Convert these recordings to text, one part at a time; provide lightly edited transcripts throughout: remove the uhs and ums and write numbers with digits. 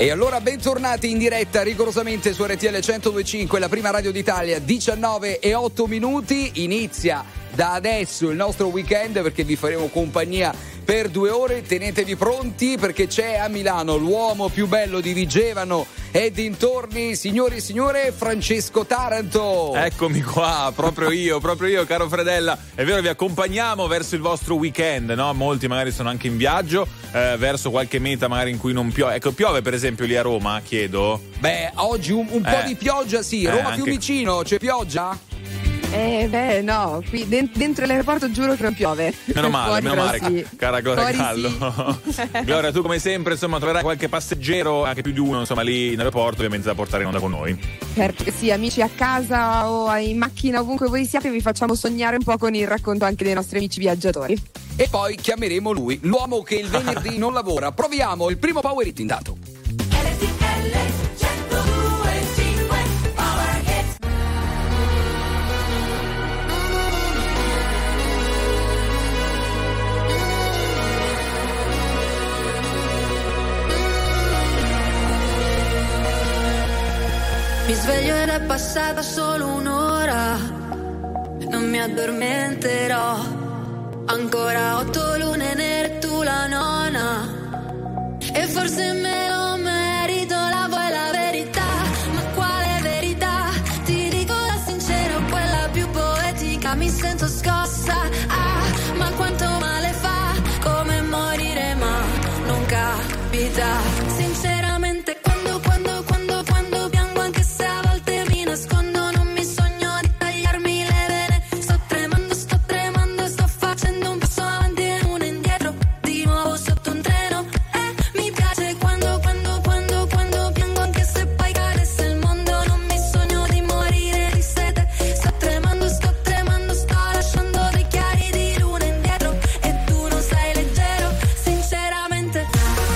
E allora bentornati in diretta rigorosamente su RTL 102.5, la prima radio d'Italia, 19:08. Inizia da adesso il nostro weekend perché vi faremo compagnia per 2 ore. Tenetevi pronti perché c'è a Milano l'uomo più bello di Vigevano e dintorni, signori e signore, Francesco Taranto. Eccomi qua, proprio io, caro Fredella. È vero, vi accompagniamo verso il vostro weekend, no? Molti magari sono anche in viaggio verso qualche meta magari in cui non piove. Ecco, piove per esempio lì a Roma, chiedo? Beh, oggi un po' di pioggia, sì. Roma anche... Fiumicino, c'è pioggia? No, qui dentro l'aeroporto giuro che non piove. Meno male, sì. Cara Gloria Fuori Gallo. sì. Gloria, tu come sempre, insomma, troverai qualche passeggero, anche più di uno, insomma, lì in aeroporto, ovviamente da portare in onda con noi. Sì, amici a casa o in macchina, ovunque voi siate, vi facciamo sognare un po' con il racconto anche dei nostri amici viaggiatori. E poi chiameremo lui, l'uomo che il venerdì non lavora. Proviamo il primo Power Hit intanto. Mi sveglio ed è passata solo un'ora, non mi addormenterò. Ancora 8 lune nere, tu la nona, e forse me lo merito, la vuoi la verità? Ma quale verità? Ti dico la sincera o quella più poetica, mi sento scossa, ma quanto male fa, come morire ma non capita. Sinceramente quando piango, anche se a volte mi nascondo, non mi sogno di tagliarmi le vene. Sto tremando, sto facendo un passo avanti e uno indietro, di nuovo sotto un treno. Mi piace quando piango, anche se poi cadesse il mondo, non mi sogno di morire di sete. Sto tremando, sto lasciando dei chiari di luna indietro, e tu non sei leggero. Sinceramente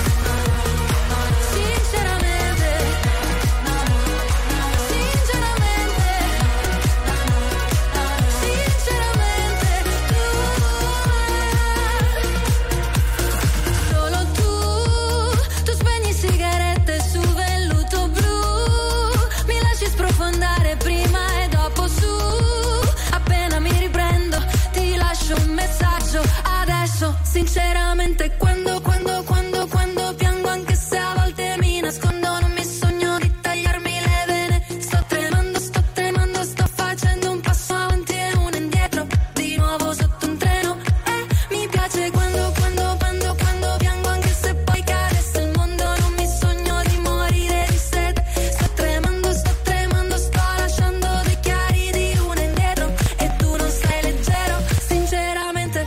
solo tu spegni sigarette su velluto blu, mi lasci sprofondare prima e dopo su. Appena mi riprendo ti lascio un messaggio adesso. Sinceramente quando piango, anche se a volte mi nascondo, non mi sogno di tagliarmi le vene. Sto tremando, sto facendo un passo avanti e uno indietro, di nuovo sotto un treno. Mi piace quando piango, anche se poi cadesse il mondo, non mi sogno di morire di sete. Sto tremando, sto lasciando dei chiari di luna indietro, e tu non sei leggero. Sinceramente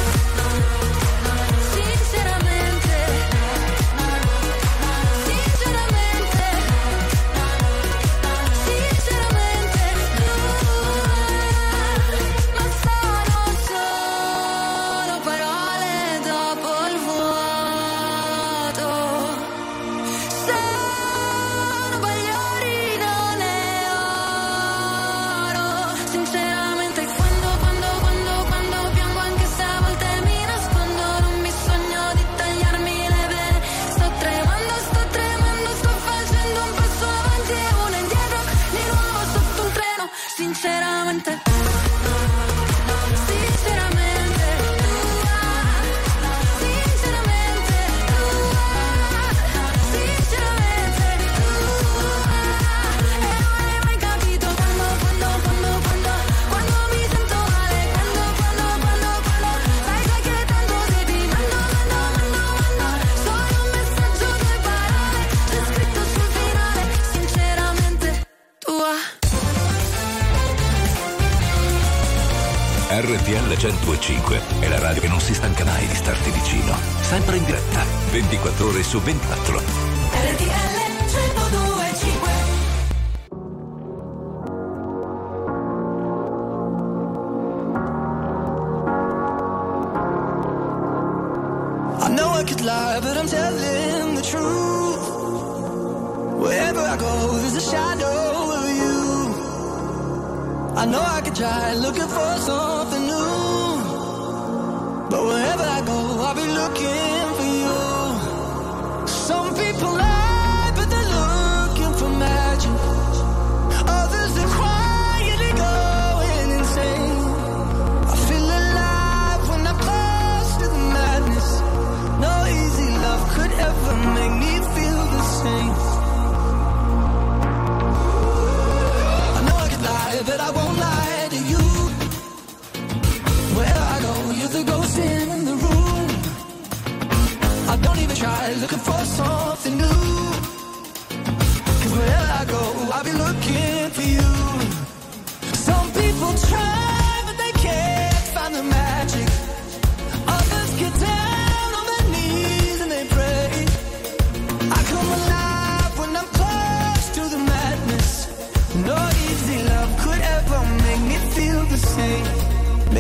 ma sono solo parole dopo il vuoto, sono bagliori, non è oro. Sinceramente quando piango, anche se a volte mi nascondo, non mi sogno di tagliarmi le vene. Sto tremando, sto facendo un passo avanti e uno indietro, di nuovo sotto un treno. Sinceramente e non hai mai capito quando mi sento male, quando sai che tanto ti mando solo un messaggio, 2 parole, c'è scritto sul finale. Sinceramente tua. RTL 102.5 è la radio che non si stanca mai di starti vicino, sempre in diretta, 24 ore su 24. RTL 102.5. I know I could lie, but I'm telling the truth. Wherever I go, there's a shadow of you. I know I could try looking for something new, but wherever I go, I'll be looking for you. Some people lie, but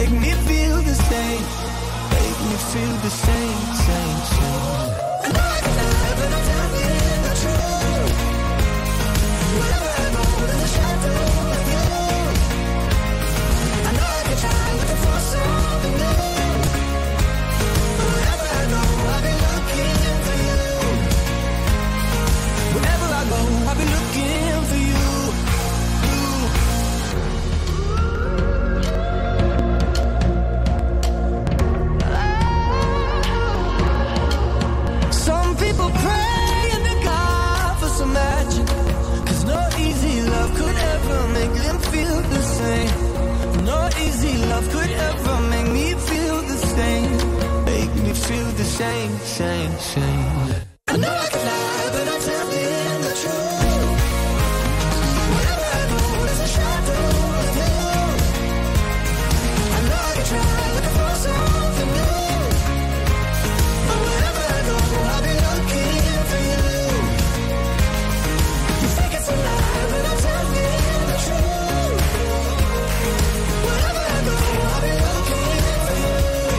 make me feel the same. Make me feel the same, same, same. I know I can lie, but I'm telling the truth. Wherever I go, there's a shadow of you. I know I can try looking for something new. Wherever I go, I'll be looking for you. Wherever I go, I'll be looking for you. Some people pray in the God for some magic, 'cause no easy love could ever make them feel the same. No easy love could ever make me feel the same. Make me feel the same, same, same. I know I can lie, but I'm telling the truth. Wherever I go, there's a shadow of you. I know I can try looking for something new. But wherever I go, I'll be looking for you. You think it's a lie, but I'm telling the truth. Wherever I go, I'll be looking for you.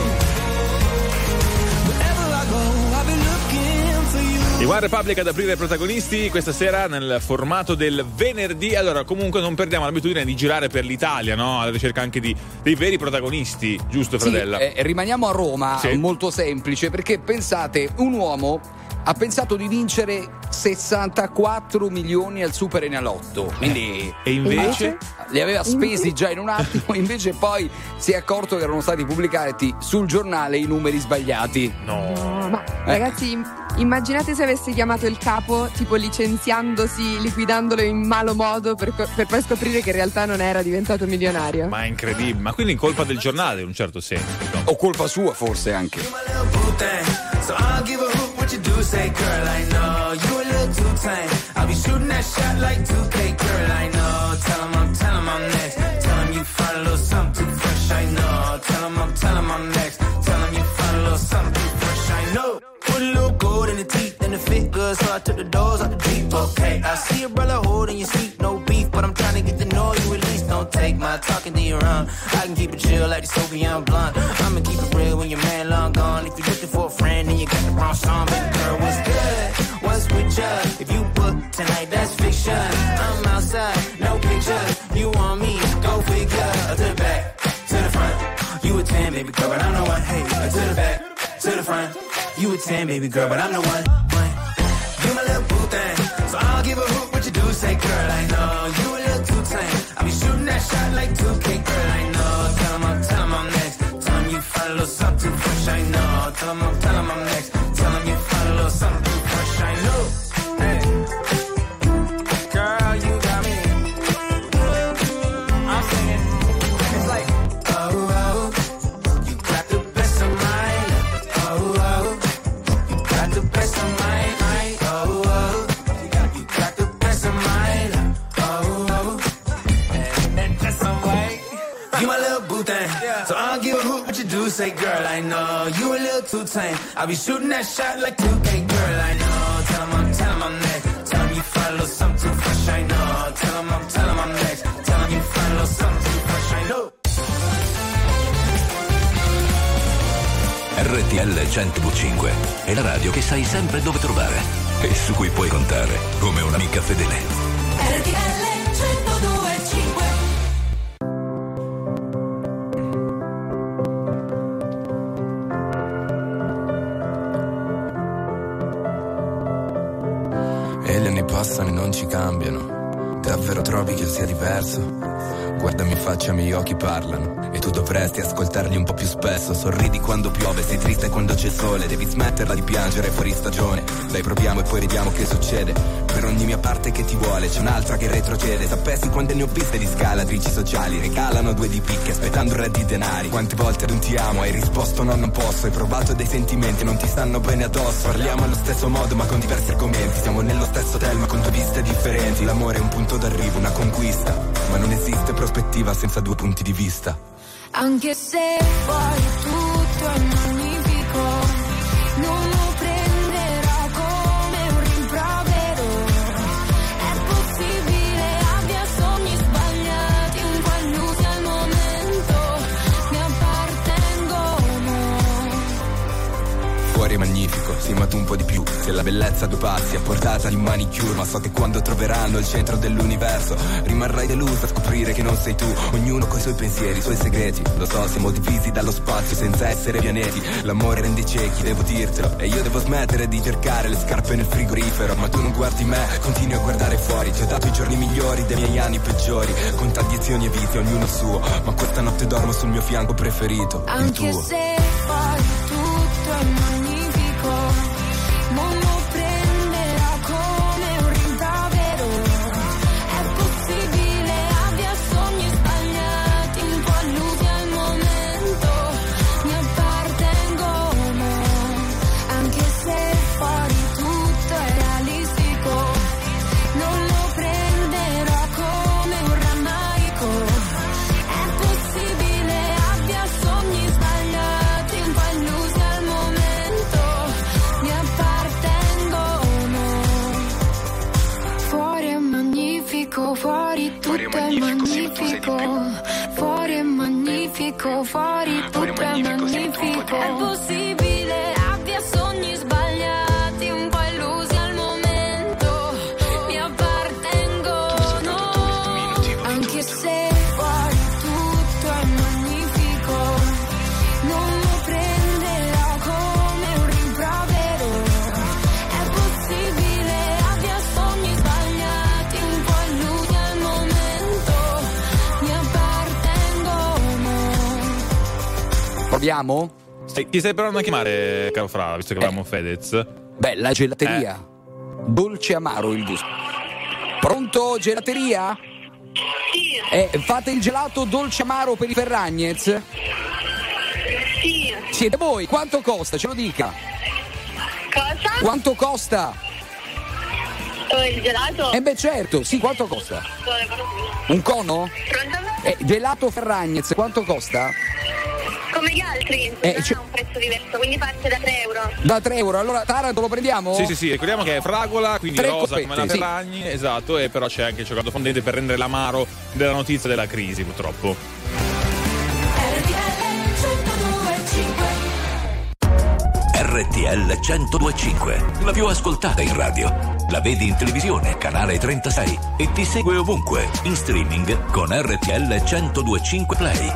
Wherever I go, I'll be looking for you. I One Republic ad aprire protagonisti questa sera nel formato del venerdì. Allora, comunque non perdiamo l'abitudine di girare per l'Italia, no? Alla ricerca anche dei veri protagonisti, giusto, Fradella? Sì, rimaniamo a Roma, Sì. molto semplice, perché pensate, un uomo ha pensato di vincere 64 milioni al Super Enalotto, quindi E invece? li aveva spesi già in un attimo, invece poi si è accorto che erano stati pubblicati sul giornale i numeri sbagliati. No, ma ragazzi, immaginate se avessi chiamato il capo, tipo licenziandosi, liquidandolo in malo modo per poi scoprire che in realtà non era diventato milionario. Ma è incredibile, ma quindi in colpa del giornale in un certo senso. O colpa sua forse anche. So I'll give a hoot what you do, say, girl, I know you a little too tame. I'll be shooting that shot like 2K, girl, I know. Tell him I'm next. Tell him you find a little something too fresh, I know. Tell him I'm next. Tell him you find a little something too fresh, I know. Put a little gold in the teeth and the fit good, so I took the doors out the deep, okay. I see a brother holding your seat, no beef, but I'm trying to get to know you at least. Don't take my talking to your own. I can keep it chill like the Soviet blunt. I'ma keep it real when your man long gone. If you're looking for a friend and you got the wrong song, baby girl, what's good? What's with ya? If you book tonight, that's fiction. I'm outside, no pictures. You want me? Go figure. To the back, to the front. You a 10, baby girl, but I'm the one. Hey, to the back, to the front. You a 10, baby girl, but I'm the one. You my little boo thing, so I'll give a hoot what you do, say, girl, I know. You a little too tame. I'll be shooting that shot like 2K, girl, I know. Tell him I'm next. Tell him you find a little something fresh, I know. Tell him I'm next. Tell him you find a little something fresh, I know. Hey. Girl, you got me. I'm singing. It's like, oh, oh, you got the best of mine. Oh, oh, you got the best of mine. Oh, oh, you got the best of mine. Oh, oh, and that's some way. You my little boo thing, so I don't give a hoot what you do, say, girl, I know. You a little too tame. I'll be shooting that shot like 2K, girl, I know. Tell him I'm next. Tell him you find a little something too fresh, I know. Tell him I'm next. Tell him you find a little something too fresh, I know. RTL 105 è la radio che sai sempre dove trovare e su cui puoi contare come un'amica fedele. RTL 102.5. E gli anni passano e non ci cambiano. Davvero trovi che io sia diverso? Guardami in faccia, i miei occhi parlano e tu dovresti ascoltarli un po' più spesso. Sorridi quando piove, sei triste quando c'è sole. Devi smetterla di piangere fuori stagione. Dai, proviamo e poi vediamo che succede. Per ogni mia parte che ti vuole c'è un'altra che retrocede. Sapessi quante ne ho viste di scalatrici sociali. Regalano 2 di picche aspettando un re di denari. Quante volte non ti amo, hai risposto no, non posso. Hai provato dei sentimenti, non ti stanno bene addosso. Parliamo allo stesso modo ma con diversi argomenti. Siamo nello stesso hotel ma con 2 viste differenti. L'amore è un punto d'arrivo, una conquista, ma non esiste prospettiva senza 2 punti di vista. Anche se poi tutto è magnifico, non lo prenderò come un rimprovero. È possibile abbia sogni sbagliati, un qualunque al momento. Mi fuori è magnifico, sì ma tu un po' di più. Se la bellezza due passi a portata di manicure, ma so che quando troveranno il centro dell'universo rimarrai deluso a scoprire che non sei tu. Ognuno coi suoi pensieri, i suoi segreti. Lo so, siamo divisi dallo spazio senza essere pianeti. L'amore rende ciechi, devo dirtelo, e io devo smettere di cercare le scarpe nel frigorifero. Ma tu non guardi me, continui a guardare fuori. Ti ho dato i giorni migliori dei miei anni peggiori, con tanti azioni e vizi, ognuno suo. Ma questa notte dormo sul mio fianco preferito, il tuo. Anche se poi tutto è magnifico, non lo prenderò come un rimprovero. È possibile abbia sogni sbagliati, un po' illusi al momento, mi appartengono. Anche se fuori tutto è realistico, non lo prenderò come un rammarico. È possibile abbia sogni sbagliati, un po' illusi al momento, mi appartengono. Fuori è magnifico, fuori tutto è magnifico. Fuori è magnifico, fuori tutto è magnifico. È possibile abbia sogni sbagliati, un po' illusi al momento, mi appartengono. Anche se fuori tutto è magnifico, non lo prenderò come un rimprovero. È possibile abbia sogni sbagliati, un po' illusi al momento, mi appartengono. Proviamo? Chi stai provando a chiamare, caro Fra, visto che avevamo Fedez? Beh, la gelateria. Dolce amaro il gusto. Pronto, gelateria? Sì. Fate il gelato dolce amaro per i Ferragnez? Sì. Siete voi? Quanto costa? Ce lo dica. Cosa? Quanto costa? Il gelato? Beh certo, sì, quanto costa? Un cono? Pronto? Gelato Ferragnez, quanto costa? Come gli altri, non ha un prezzo diverso, quindi parte da 3 euro. Da 3 euro, allora Taranto lo prendiamo? Sì, ricordiamo che è fragola, quindi 3 rosa coppette, come la sì. Ferragni, esatto, e però c'è anche il cioccolato fondente per rendere l'amaro della notizia della crisi, purtroppo. RTL 102.5, la più ascoltata in radio. La vedi in televisione, canale 36, e ti segue ovunque, in streaming con RTL 102.5 Play.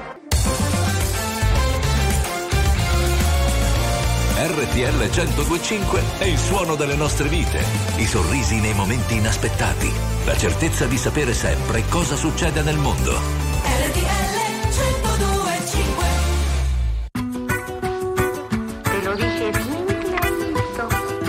RTL 102.5 è il suono delle nostre vite, i sorrisi nei momenti inaspettati, la certezza di sapere sempre cosa succede nel mondo. RTL 102.5. Te lo dije bien clarito.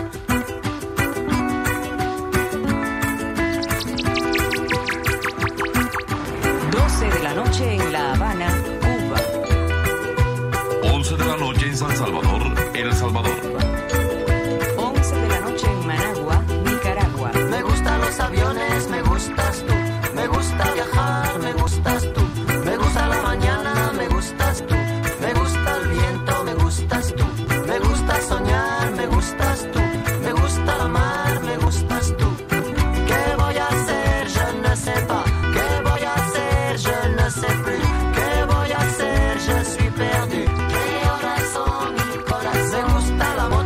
12 de la noche en La Habana, Cuba. 11 de la noche en San Salvador, El Salvador. 11 de la noche en Managua, Nicaragua. Me gustan los aviones, me gustas tú. Me gusta viajar, me gustas tú. Me gusta la mañana, me gustas tú. Me gusta el viento, me gustas tú. Me gusta soñar, me gustas tú. Me gusta la mar, me gustas tú. ¿Qué voy a hacer? Je ne sais pas. ¿Qué voy a hacer? Je ne sais plus. ¿Qué voy a hacer? Je suis perdu. ¿Qué horas son mi corazón? Me gusta la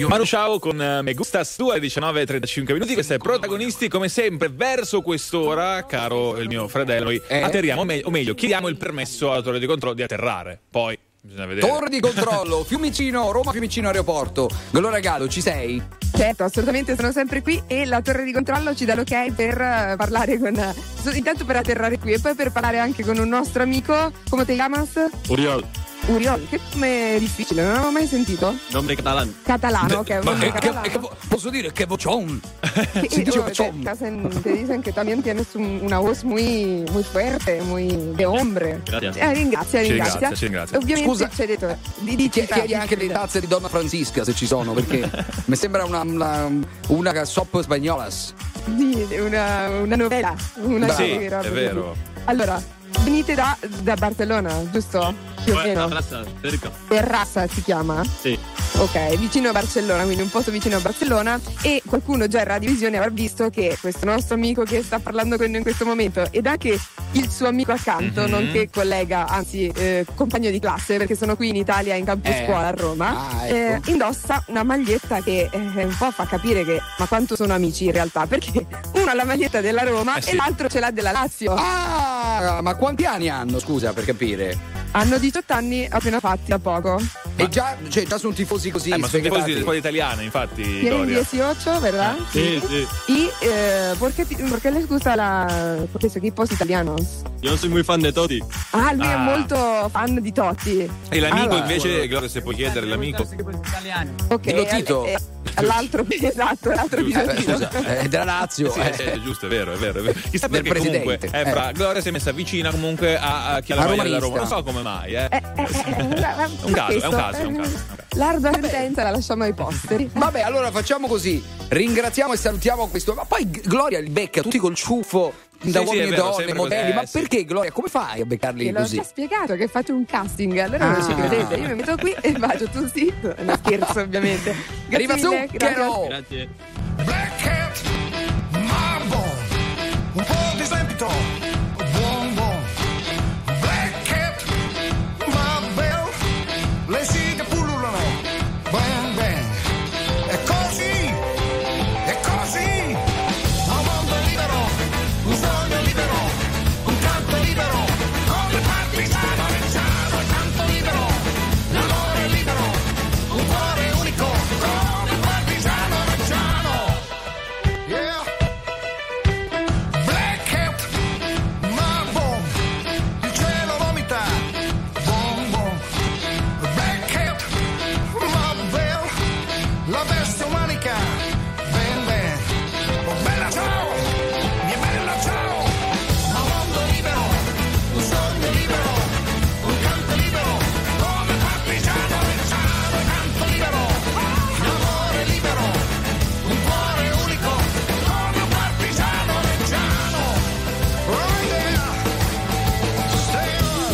Manu Ciao con Me Gustas Tu alle 19:35 minuti. Questi è Protagonisti, come sempre verso quest'ora, caro il mio fratello, noi atterriamo, o meglio chiediamo il permesso alla torre di controllo di atterrare, poi bisogna vedere. Torre di controllo, Fiumicino, Roma Fiumicino aeroporto. Gloria Gallo, ci sei? Certo, assolutamente, sono sempre qui e la torre di controllo ci dà l'ok per parlare con... intanto per atterrare qui e poi per parlare anche con un nostro amico. Come ti chiamas? Uriol, che nome difficile, non avevo mai sentito. Nome catalano. Catalano, ok. Posso dire che vochón. Si dice vochón. Te dicen que también tienes una voz muy fuerte, muy de hombre. Ringrazia. Ovviamente scusa, ci hai detto chiedi anche le tazze di Donna Francisca se ci sono, perché mi sembra una soap spagnolas. Una novella. Sì, è vero. Allora, venite da Barcellona, giusto? Più o meno. Terrassa si chiama? Sì. Ok, vicino a Barcellona, quindi un posto vicino a Barcellona, e qualcuno già in radiovisione avrà visto che questo nostro amico che sta parlando con noi in questo momento ed anche il suo amico accanto, nonché collega, anzi compagno di classe, perché sono qui in Italia in campus scuola a Roma, ecco. Indossa una maglietta che un po' fa capire che ma quanto sono amici in realtà, perché uno ha la maglietta della Roma e l'altro ce l'ha della Lazio. Ah, ma quanti anni hanno, scusa, per capire? Hanno 18 anni appena fatti da poco. E già sono tifosi così. Ma sono tifosi di scuola italiana, infatti. Tienen 18, ¿verdad? Sí. ¿Y por qué les gusta los equipos italianos? Io sono muy fan di Totti. Ah, lui è molto fan di Totti. E l'amico invece, Gloria, se puoi chiedere, l'amico. Ok. Dillo Tito. L'altro Tito. Scusa, è della Lazio. Sì, è giusto, è vero. Chissà Del perché comunque presidente. Gloria si è messa vicina comunque a chi ha la maglia della Roma. Non so come mai, un caso. L'ardua sentenza la lasciamo ai posteri. Vabbè, allora facciamo così. Ringraziamo e salutiamo questo. Ma poi Gloria li becca tutti col ciuffo da uomini e donne, modelli. Ma perché, Gloria? Come fai a beccarli così? L'ho già spiegato che faccio un casting, allora non ci credete. Io mi metto qui e faccio tu sì. Non scherzo, ovviamente. Arriva Zucchero! Grazie. Black Cat, Mambo, un po' di sempito, buon. Black Cat, Mabel, le sighe pullulano, bang. E così, un mondo libero, un sogno libero, un canto libero, come partigiano reggiano, canto libero, l'amore libero, un cuore unico, come partigiano reggiano. Yeah. Black Cat, Mambo, il cielo vomita, bom. Black Cat, Mabel, la bestia umanica, ben. Oh bella ciao, mia bella ciao. Un mondo libero, un sogno libero, un canto libero, come partigiano reggiano, canto libero, l'amore libero, un cuore unico, come partigiano reggiano. Oh yeah, stay on.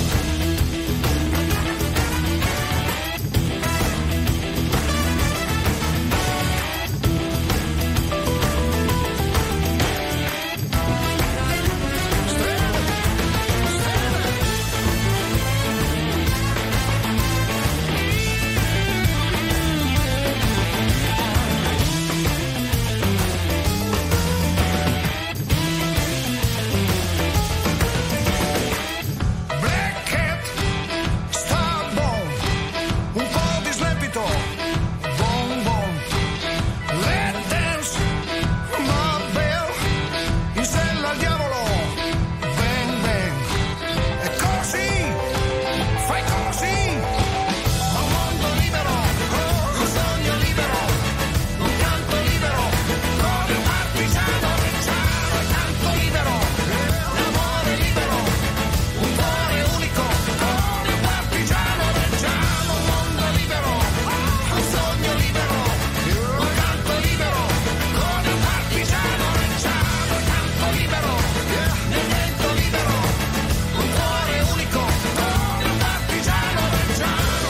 Black Cat, Starborn, un po' di slepito, bom. Let dance, Mabel, in sella al diavolo, bang. E così, fai così, un mondo libero, un sogno libero, un canto libero, come un partigiano reggiano, canto libero, l'amore libero, un cuore unico, come un partigiano reggiano, un mondo libero, un sogno libero, un canto libero, come un partigiano reggiano, canto libero, nel vento libero, un cuore unico, come un partigiano reggiano.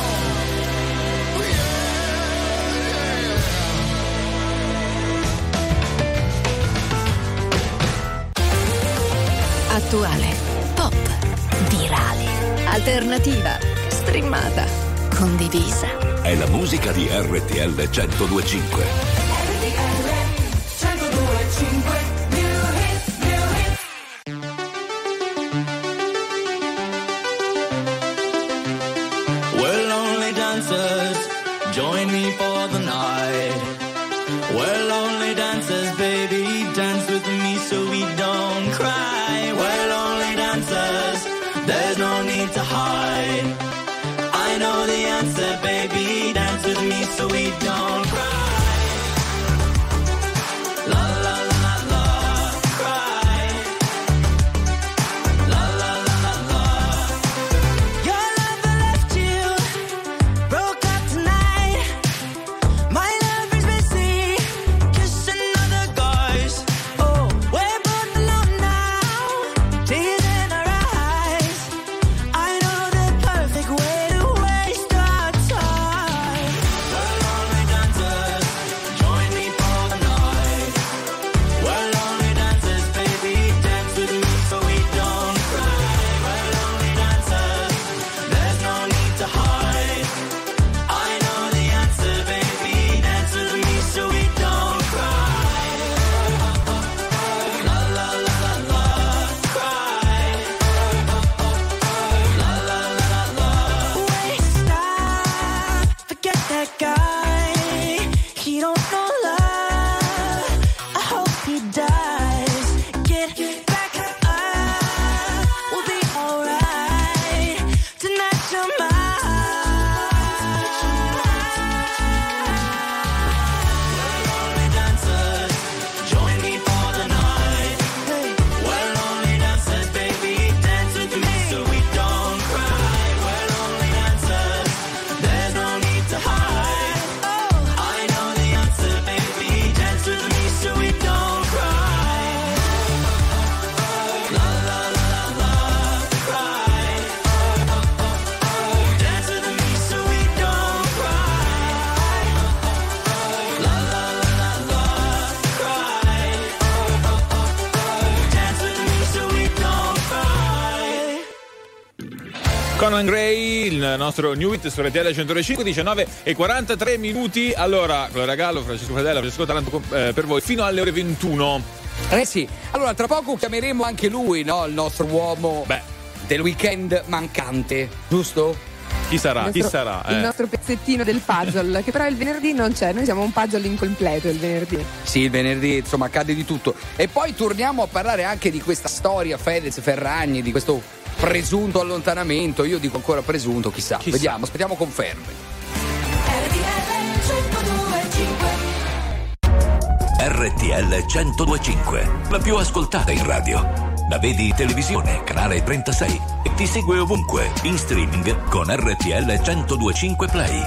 Attuale, pop, virale, alternativa, streamata, condivisa. è la musica di RTL 102.5. Well, only dancers, join me for the night. Well, only dancers, baby, dance with me so we don't cry. Well, only dancers, there's no need to hide. I know the answer, baby, dance with me so we don't cry. La la la la, cry. La la la la. Your lover left you, broke up tonight. My lover's busy kissing other guys. Oh, we're both alone now, tears in our eyes. I know the perfect way to waste our time. Well, only dancers, join me for the night. Well, only dancers, baby, dance with me so we don't cry. Well, only dancers, there's no need to hide. I know the answer, baby, dance with me so we don't cry. La la la la la, cry. La la la la la. Wait, stop, forget that guy. He don't know love. I hope he dies. Get back up, we'll be alright. Tonight you're mine. Well, only dancers, join me for the night. Well, only dancers, baby, dance with me so we don't cry. Well, only dancers, there's no need to hide. I know the answer, baby, dance with me so we don't cry. La la la la la, cry. Dance with me so we don't cry. La la la la la, cry. Dance with me so we don't cry. Conan Gray, il nostro New Hit su RTL 105, 19:43 minuti. Allora, Gloria Gallo, Francesco Fradella, Francesco Taranto per voi fino alle ore 21. Eh sì, allora tra poco chiameremo anche lui, no? Il nostro uomo del weekend mancante, giusto? Chi sarà? Chi sarà? Il nostro pezzettino del puzzle, che però il venerdì non c'è, noi siamo un puzzle incompleto il venerdì. Sì, il venerdì insomma accade di tutto. E poi torniamo a parlare anche di questa storia Fedez-Ferragni, di questo presunto allontanamento. Io dico ancora presunto, chissà. Vediamo, aspettiamo conferme. RTL 102.5, la più ascoltata in radio. La vedi in televisione, canale 36 e ti segue ovunque, in streaming con RTL 102.5 Play.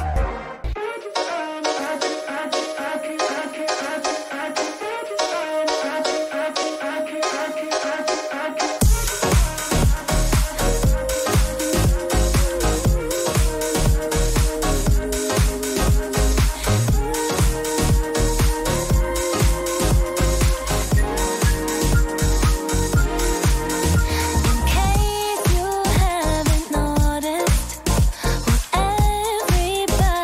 Everybody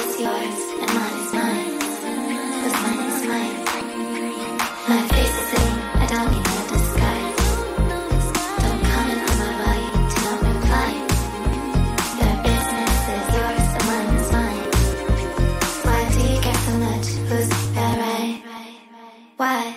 is yours and mine is mine. The sun is mine. My face is saying I don't need no disguise. Don't comment on my body, do not reply. Their business is yours and mine is mine. Why do you care so much? Who's that right? Why?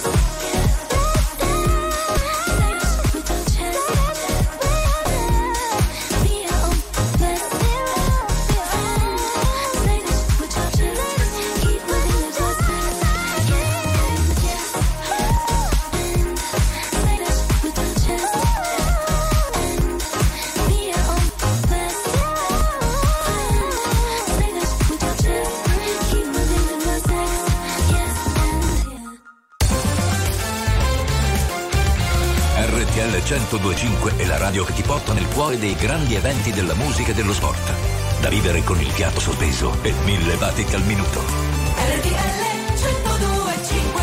RTL 102.5 è la radio che ti porta nel cuore dei grandi eventi della musica e dello sport. Da vivere con il fiato sospeso e 1000 battiti al minuto. RTL 102.5.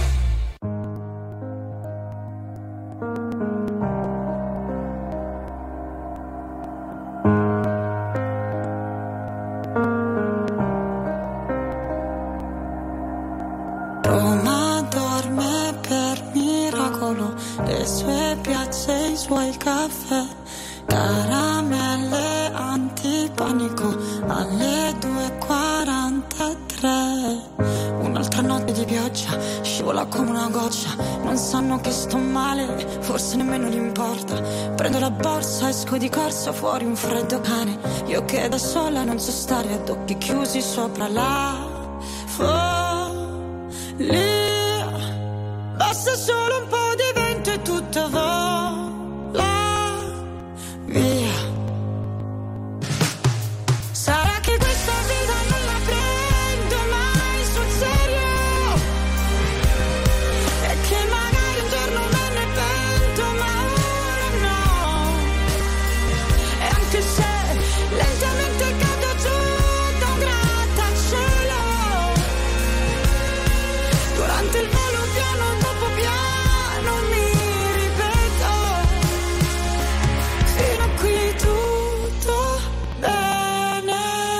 Roma dorme per miracolo, le sue piazze, i suoi caffè, caramelle antipanico alle 2:43. Un'altra notte di pioggia, scivola come una goccia, non sanno che sto male, forse nemmeno gli importa. Prendo la borsa, esco di corsa, fuori un freddo cane, io che da sola non so stare ad occhi chiusi sopra la lì, basta solo un po' di vento e tutto vola via. Sarà che questa vita non la prendo mai sul serio, e che magari un giorno me ne pento, ma ora no. E anche se lentamente cado giù da un grattacielo, durante il volo piano dopo piano mi ripeto, fino a qui tutto bene.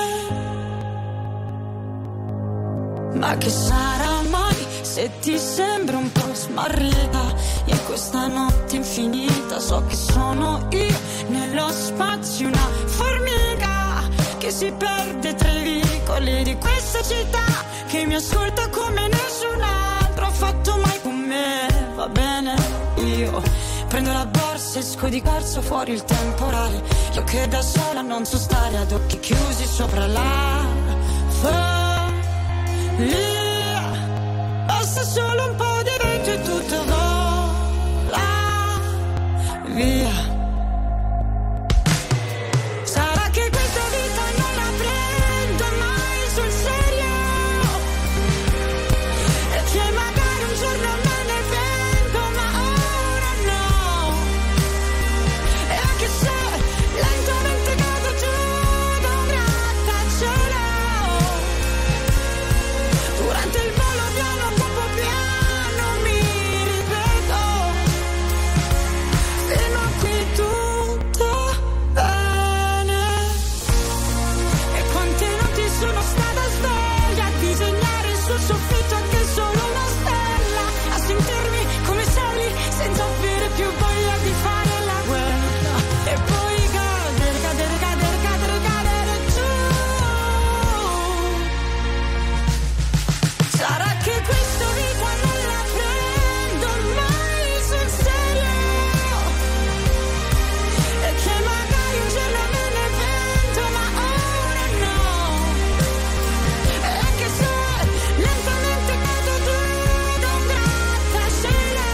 Ma che sarà mai se ti sembra un po' smarrita in questa notte infinita? So che sono io nello spazio, una formica che si perde tra i vicoli di questa città, che mi ascolta come nessun altro ha fatto mai con me. Va bene, io prendo la borsa, esco di corsa, fuori il temporale, io che da sola non so stare ad occhi chiusi sopra la follia. Basta solo un po' di vento e tutto vola via. Sarà che questa vita non la prendo mai sul serio, e che magari un giorno me ne pento, ma ora no. E anche se lentamente cado giù da un grattacielo, durante il volo piano dopo piano mi ripeto, fino a qui tutto bene. E quante notti sono stata sveglia a disegnare sul soffitto anche solo una stella, a sentirmi come Sally senza avere più voglia di fare la guerra, e poi cadere, cadere, cadere, cadere, cadere giù. Sarà che questa vita non la prendo mai sul serio, e che magari un giorno me ne pento, ma ora no. E anche se lentamente cado giù da un grattacielo,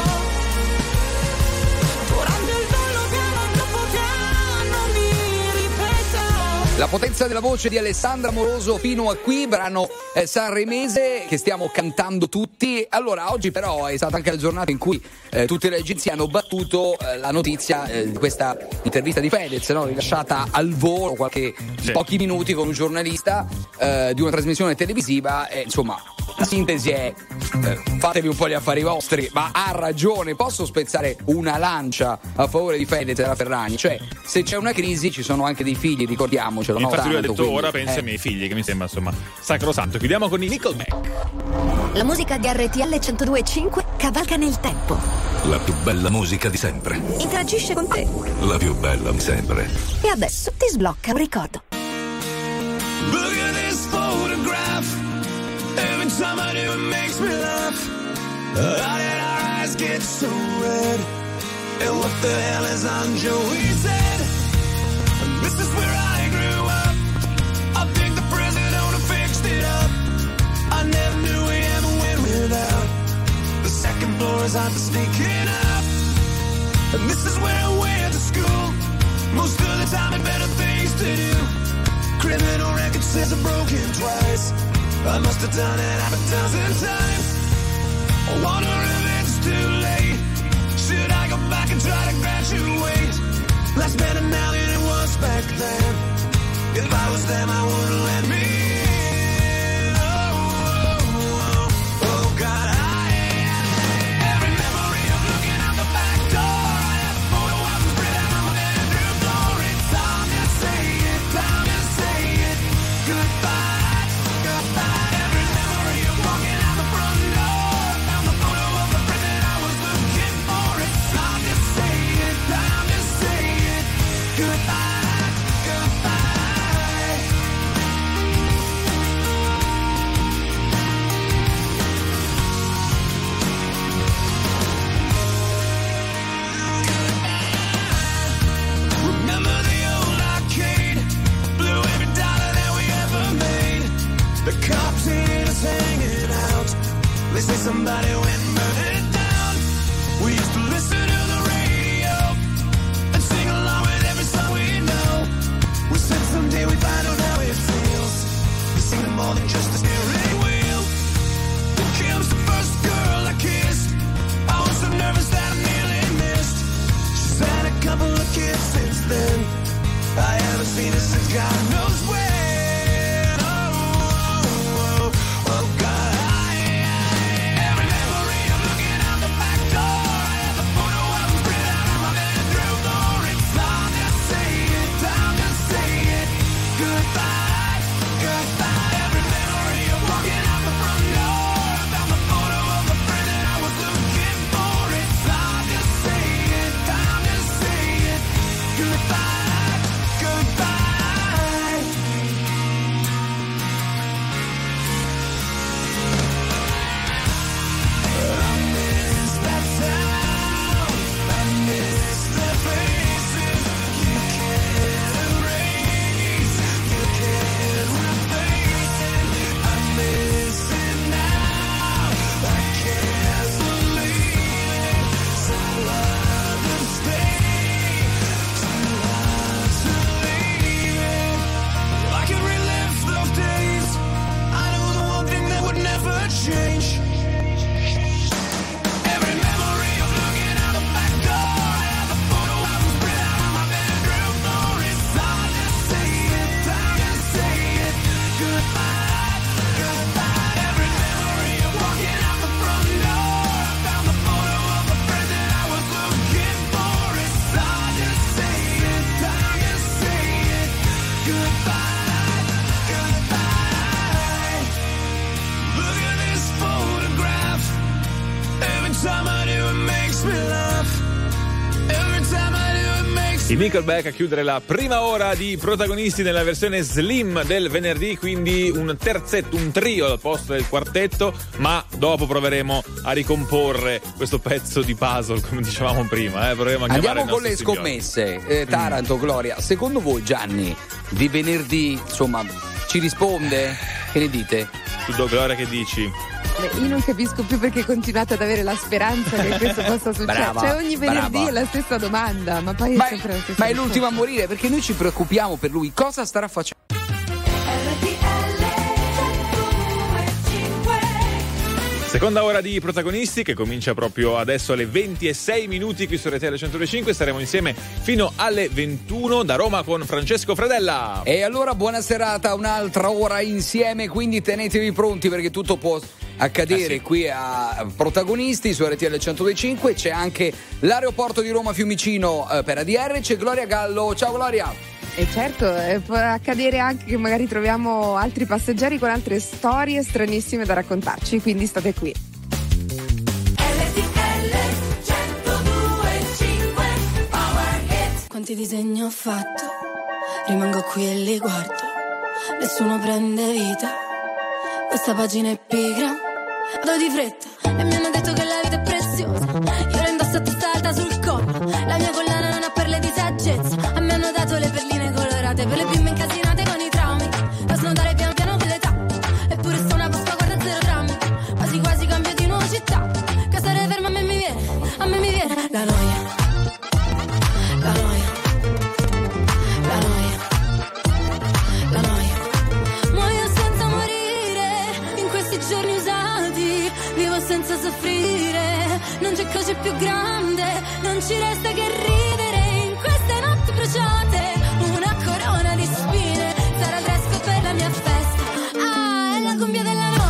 durante il volo piano dopo piano mi ripeto. La potenza della voce di Alessandra Moroso, fino a qui, brano sanremese che stiamo cantando tutti. Allora, oggi però è stata anche la giornata in cui tutte le agenzie hanno battuto la notizia di questa intervista di Fedez, no? Rilasciata al volo pochi minuti con un giornalista di una trasmissione televisiva, insomma La sintesi è fatevi un po' gli affari vostri, ma ha ragione. Posso spezzare una lancia a favore di Fede Terraferragni? Cioè, se c'è una crisi ci sono anche dei figli, ricordiamocelo. Infatti lui ha detto quindi, ora penso ai miei figli, che mi sembra insomma sacrosanto. Chiudiamo con i Nickelback. La musica di RTL 102.5 cavalca nel tempo. La più bella musica di sempre. Interagisce con te. La più bella di sempre. E adesso ti sblocca un ricordo. Look at this photograph. Every time I do it makes me laugh. How did our eyes get so red? And what the hell is on Joey's head? And this is where I grew up. I think the president owner fixed it up. I never knew we ever went without. The second floor is hot for sneaking up. And this is where I went to school. Most of the time had better things to do. Criminal record says I've broken twice. I must have done it half a dozen times. I wonder if it's too late. Should I go back and try to graduate? Life's better now than it was back then. If I was them, I wouldn't let me in. Oh God, every memory of looking out the back door. I have a photo of them spread out on my bedroom floor. It's time to say it, time to say it. Goodbye, goodbye. Every memory of walking out the front door. Found the photo of the friend that I was looking for. It's time to say it, time to say it. Goodbye, goodbye. Remember the old arcade? Blew every dollar that we ever made. The cops ain't us hanging out. They say somebody went and burned it down. We used to listen to the radio and sing along with every song we know. We said someday we'd find out how it feels. We sing them more than just a steering wheel. Then Kim's the first girl I kissed. I was so nervous that I nearly missed. She's had a couple of kids since then. I haven't seen her since God knows when. Oh God. Every memory of looking out the back door. I have a photo of them spread out on my bedroom floor. It's time to say it, time to say it. Goodbye, goodbye. Every memory of walking out the front door. I found the photo of the friend that I was looking for. It's time to say it, time to say it. Goodbye, goodbye. I miss that town. I miss the faces you can't erase. You can't replace it. I miss it now. I can't believe it. So hard to stay, too hard to leave it. I can relive those days. I know the one thing that would never change. Every memory of looking out the back door. I have a photo of them spread out on my bedroom floor. It's time to say it, time to say it. Goodbye, goodbye. Every memory of walking out the front door. I found the photo of the friend that I was looking for. It's time to say it, time to say it. Goodbye, goodbye. Look at this photograph. Every time I do it makes me laugh. Every time I do it makes I Nickelback a chiudere la prima ora di protagonisti nella versione slim del venerdì, quindi un terzetto, un trio al posto del quartetto, ma dopo proveremo a ricomporre questo pezzo di puzzle, come dicevamo prima. Proveremo a chiamare Andiamo il con nostro le signore. scommesse. Taranto, Gloria, secondo voi Gianni di venerdì, insomma, ci risponde? Che ne dite? Tu, Gloria, che dici? Io non capisco più perché continuate ad avere la speranza che questo possa succedere. Brava, Cioè ogni venerdì brava. è la stessa domanda, ma poi è sempre la stessa Ma è risposta. l'ultimo a morire, perché noi ci preoccupiamo per lui. Cosa starà facendo? Seconda ora di protagonisti che comincia proprio adesso alle 20:06 qui su RTL 105. Staremo insieme fino alle 21 da Roma con Francesco Fredella. E allora buona serata, un'altra ora insieme, quindi tenetevi pronti perché tutto può accadere qui a Protagonisti su RTL 102.5. C'è anche l'aeroporto di Roma Fiumicino per ADR. C'è Gloria Gallo. Ciao Gloria. E certo, può accadere anche che magari troviamo altri passeggeri con altre storie stranissime da raccontarci, quindi state qui. Quanti disegni ho fatto, rimango qui e li guardo, nessuno prende vita, questa pagina è pigra, vado di fretta e mi hanno detto che la vita è preziosa, io la indosso a testa alta sul collo, la mia collana non ha perle di saggezza, a me hanno dato le perline colorate per le bimbe incasinate con i traumi, da snodare piano piano con l'età, eppure sto una Pasqua guarda zero drammi, quasi quasi cambio di nuova città, casare ferma a me mi viene la noia. La noia, muoio senza morire, in questi giorni usati, vivo senza soffrire, non c'è cosa più grande, non ci resta che ridere, in queste notti bruciate, una corona di spine, sarà il dress code per la mia festa, è la cumbia della noia.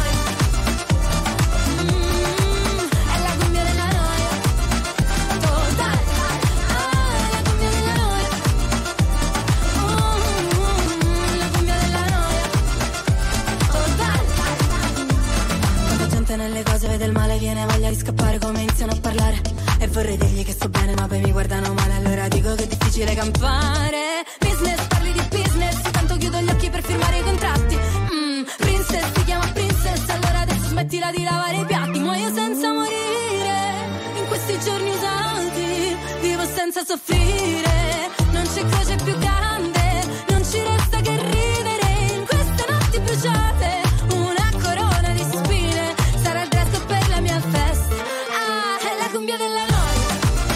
Nelle cose vede il male, viene voglia di scappare come iniziano a parlare e vorrei dirgli che sto bene ma poi mi guardano male, allora dico che è difficile campare. Business, parli di business, tanto chiudo gli occhi per firmare i contratti. Princess, ti chiama princess, allora adesso smettila di lavare i piatti. Muoio senza morire, in questi giorni usati, vivo senza soffrire, non c'è croce più grande, non ci resta che ridere, in queste notti bruciate, una corona di spine, sarà il dress code per la mia festa, è la cumbia della noia,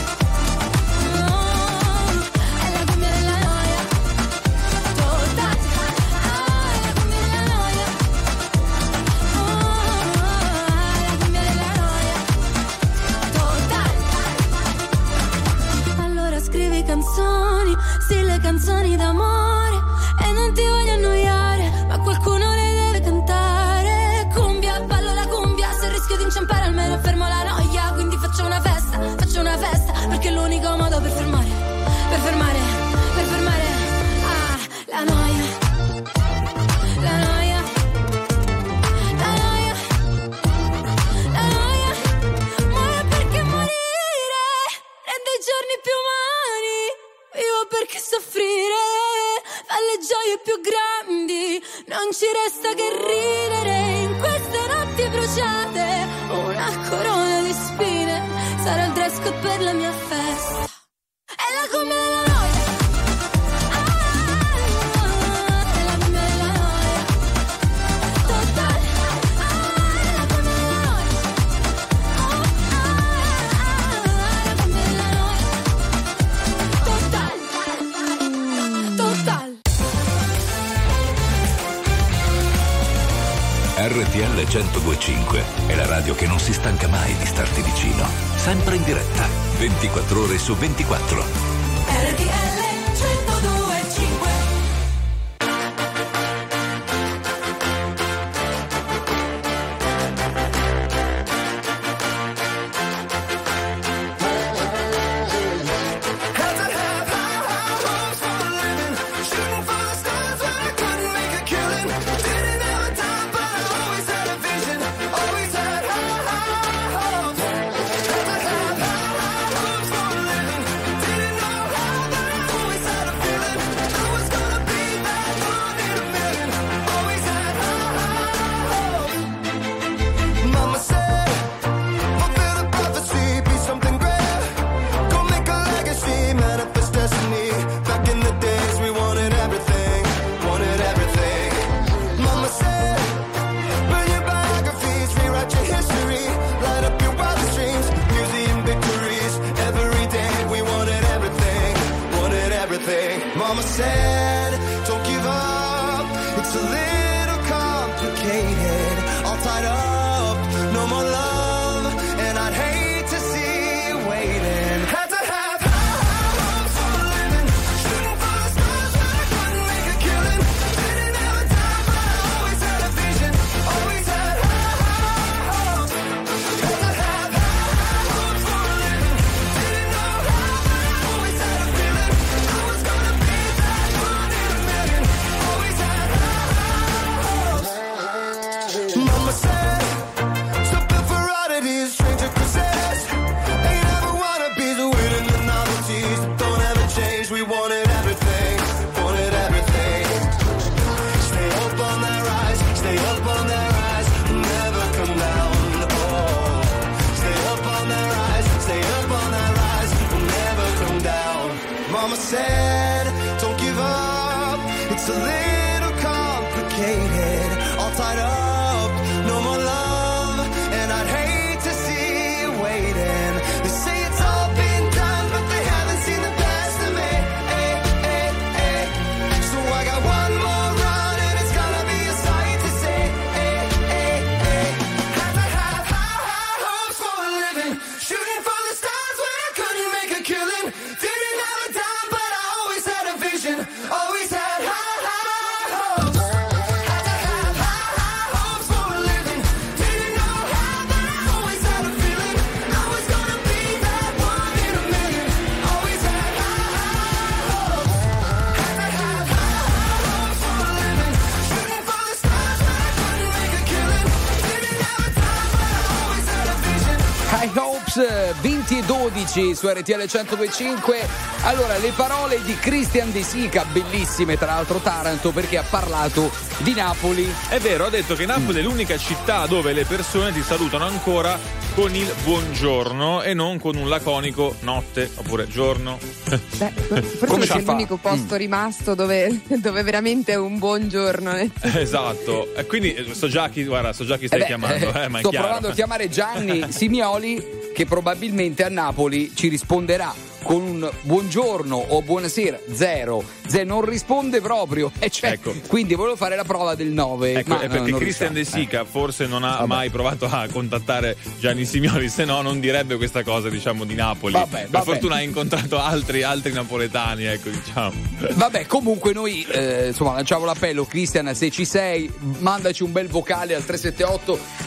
è la cumbia della noia, totale, è la cumbia della noia, è la cumbia della noia, totale. Allora scrivi canzoni, sì, le canzoni d'amore, e non ti voglio annoiare, ma qualcuno le deve cantare. Cumbia, ballo la cumbia, se rischio di inciampare almeno fermo la noia, quindi faccio una festa, perché è l'unico modo per fermare, la noia, la noia, la noia, la noia, muore perché morire rende i giorni più umani, vivo perché soffrire fa le gioie più grandi, non ci resta che ridere, in queste notti bruciate, una corona di spine, sarà il dress code per la mia festa, è la cumbia della noia, è la cumbia della noia, totale, è la cumbia della noia, è la cumbia della noia, totale, totale. RTL 102.5 è la radio che non si stanca mai di starti vicino, sempre in diretta, 24 ore su 24. RTL 102.5. Mama said, don't give up, it's a little complicated, all tied up, no more love, and I'd hate to see you waiting. Had to have high hopes for a living, shooting for the stars when I couldn't make a killing, didn't have a time but I always had a vision, always had high it is, stranger possessed. Ain't never wanna be the winning the novelties that don't ever change. We wanted everything, wanted everything. Stay up on that rise, stay up on that rise, never come down. Oh, stay up on that rise, stay up on that rise, never come down. Mama said, don't give up, it's a little complicated, all tied up, no more love, and I'd hate to see you waiting. They say it's all been done, but they haven't seen the best of me. So I got one more run, and it's gonna be a sight to see. Had to have high hopes for a living, shooting for the stars when I couldn't make a killing. Didn't have a dime, but I always had a vision, always had high hopes. Had to have high hopes for a living, didn't know how, but I always had a feeling I was gonna be that one in a million. Always had high hopes. Had to have high hopes for a living, shooting for the stars when I couldn't make a killing. Didn't have a time, but I always had a vision. High Hopes, 20 e 12 su RTL 102.5. Allora, le parole di Christian De Sica, bellissime, tra l'altro Taranto, perché ha parlato di Napoli. È vero, ha detto che Napoli è l'unica città dove le persone ti salutano ancora con il buongiorno e non con un laconico notte oppure giorno. Beh, forse Come perché si è fa? l'unico posto rimasto dove veramente è un buon giorno. Esatto, e quindi so già chi stai chiamando, ma è sto chiaro. provando a chiamare Gianni Simioli, che probabilmente a Napoli ci risponderà con un buongiorno o buonasera. Zero non risponde proprio, Ecco. Quindi volevo fare la prova del 9. Ecco, ma è perché non Christian De riusciamo. Sica forse non ha mai provato a contattare Gianni Simioli, se no non direbbe questa cosa, diciamo, di Napoli. Vabbè. Per fortuna ha incontrato altri napoletani, ecco, diciamo. Vabbè, comunque noi insomma lanciamo l'appello. Christian, se ci sei, mandaci un bel vocale al 378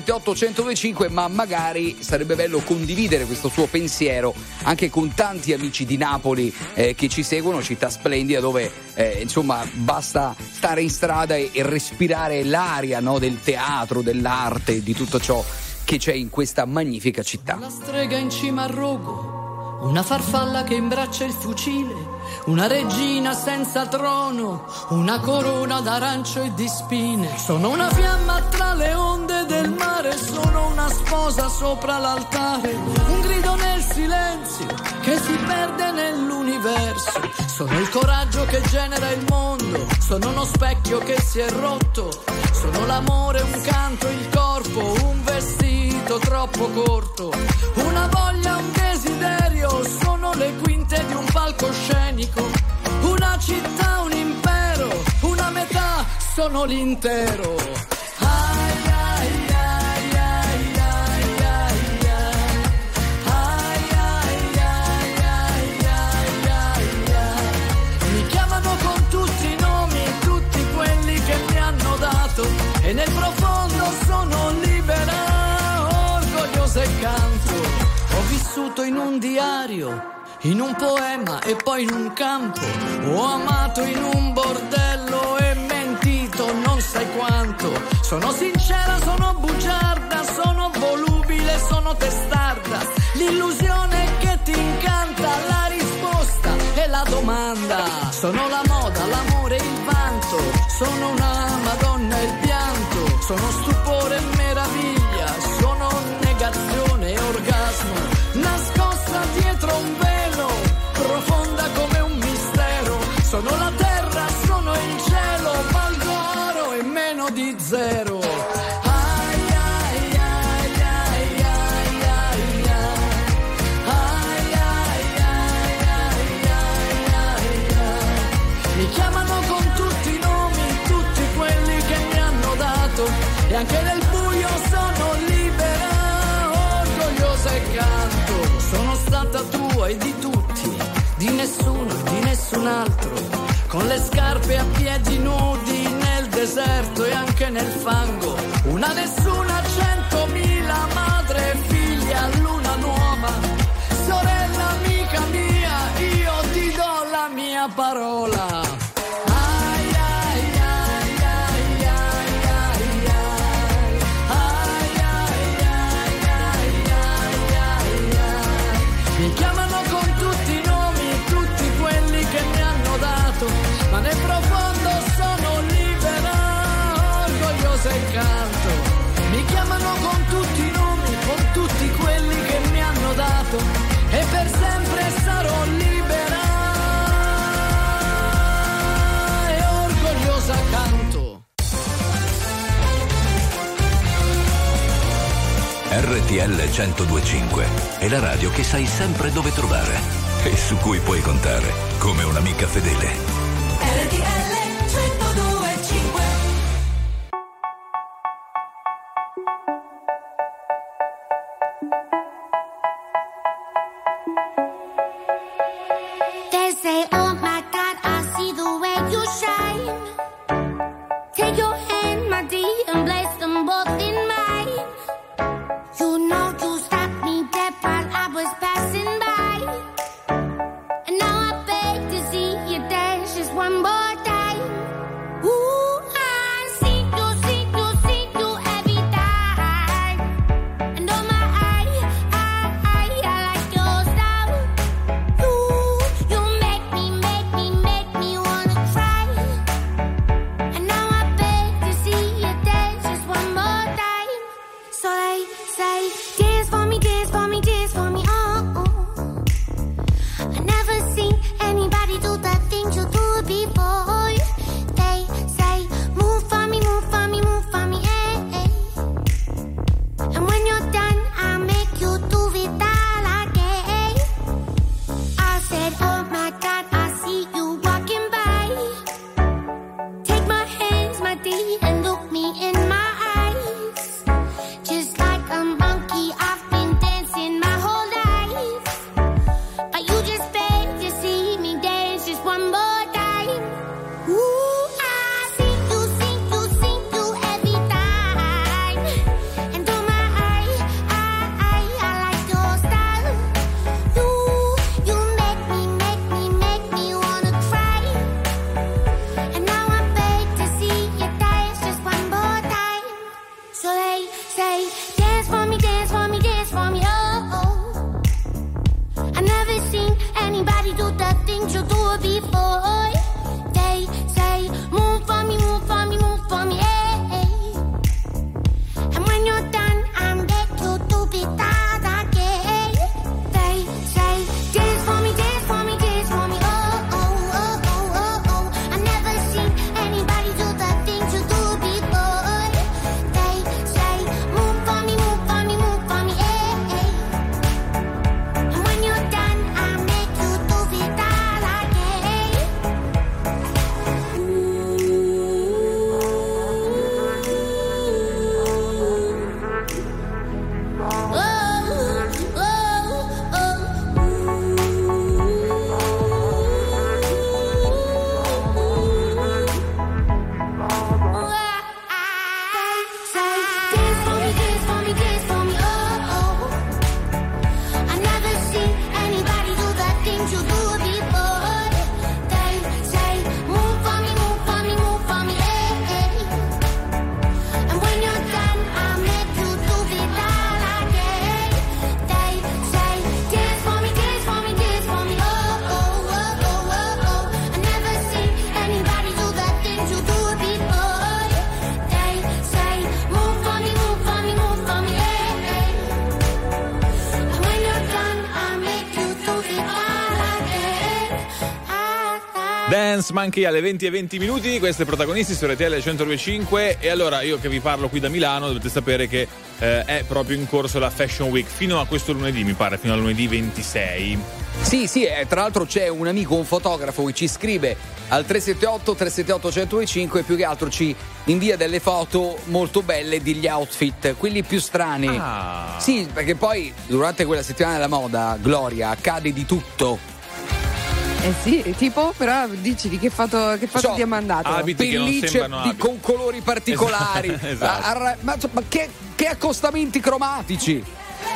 1025, ma magari sarebbe bello condividere questo suo pensiero anche con tanti amici di Napoli che ci seguono, città splendida dove insomma basta stare in strada e respirare l'aria, no, del teatro, dell'arte, di tutto ciò che c'è in questa magnifica città. Una strega in cima al rogo, una farfalla che imbraccia il fucile, una regina senza trono, una corona d'arancio e di spine. Sono una fiamma tra le onde del mare, sono una sposa sopra l'altare, un grido nel silenzio che si perde nell'universo. Sono il coraggio che genera il mondo, sono uno specchio che si è rotto, sono l'amore, un canto, il corpo, un vestito troppo corto, una voglia, un desiderio, sono le quinte di un palcoscenico, una città, un impero, una metà, sono l'intero. Ai, ai, ai, ai, ai, ai, ai, ai, ai, ai, ai, ai. Mi chiamano con tutti i nomi, tutti quelli che mi hanno dato, e nel profondo sono libera, orgogliosa e canto. Ho vissuto in un diario, in un poema e poi in un campo, ho amato in un bordello e mentito non sai quanto. Sono sincera, sono bugiarda, sono volubile, sono testarda, l'illusione che ti incanta, la risposta e la domanda. Sono la moda, l'amore, il vanto, sono una madonna e il pianto, sono stupore e meraviglia, sono negazione e orgasmo, nascosta dietro un velo, profonda come un mistero. Sono la terra, sono il cielo, valgo oro e meno di zero. Ai, ai, ai, ai, ai, ai, ai, ai, ai, ai, ai. Mi chiamano con tutti i nomi, tutti quelli che mi hanno dato, e anche nel buio sono libera, orgogliosa e canto. Sono stata tua e di tutti, di nessuno e di nessun altro, con le scarpe a piedi nudi nel deserto e anche nel fango. Una nessuna, 100.000, madre, figlia, luna nuova, sorella, amica mia, io ti do la mia parola. sei caldo. Mi chiamano con tutti i nomi, con tutti quelli che mi hanno dato, e per sempre sarò libera e orgogliosa accanto. RTL 102.5 è la radio che sai sempre dove trovare e su cui puoi contare come un'amica fedele. RTL 102.5. They say, oh my God, I see the way you shine. Take your hand, my dear, and place them both in mine. You know you stopped me dead while I was passing by. And now I beg to see you dance just one more time. Ooh, I see you every time. And oh my, I like your style. You make me wanna cry. And now I beg to see you dance just one more time. So they say, dance for me, dance for me, dance for me, oh, oh. I never seen anybody do the things you do before. They say, move for me, move for me, move for me, eh, eh. And when you're done, I'll make you do it all again. I said, oh my God, I see you walking by. Take my hands, my dear, and look me in my eyes. Just like a monkey, I've been dancing my whole life. But you just beg to see me dance just one more time. Ooh, I see you every time. And oh my, I like your style. You make me wanna cry. And now I beg to see you dance just one more time. So they say, dance for me, dance for me, dance for me, oh, oh. I never seen anybody do the things you do before. They say, move for me, move for me, move for me, eh, eh. And when you're done, I'll make you do it all again. They say, dance for me, dance for me, dance for me, oh, oh, oh, oh, oh, oh. I never seen anybody do the things you do before. They say, move for me, move for me, move for me, eh, eh. And when you're done, I'll make you do it all again. Dance Monkey alle 20:20. Questo è Protagonisti su RTL 102.5. E allora io che vi parlo qui da Milano dovete sapere che è proprio in corso la Fashion Week fino a questo lunedì, mi pare, fino al lunedì 26. Sì, tra l'altro c'è un amico, un fotografo che ci scrive al 378-378-1025 e più che altro ci invia delle foto molto belle degli outfit, quelli più strani. Sì, perché poi durante quella settimana della moda, Gloria, accade di tutto. Eh sì, tipo, però dici di che foto ti ha mandato? Abiti che non sembrano abiti. Con colori particolari. Esatto. Ma che accostamenti cromatici.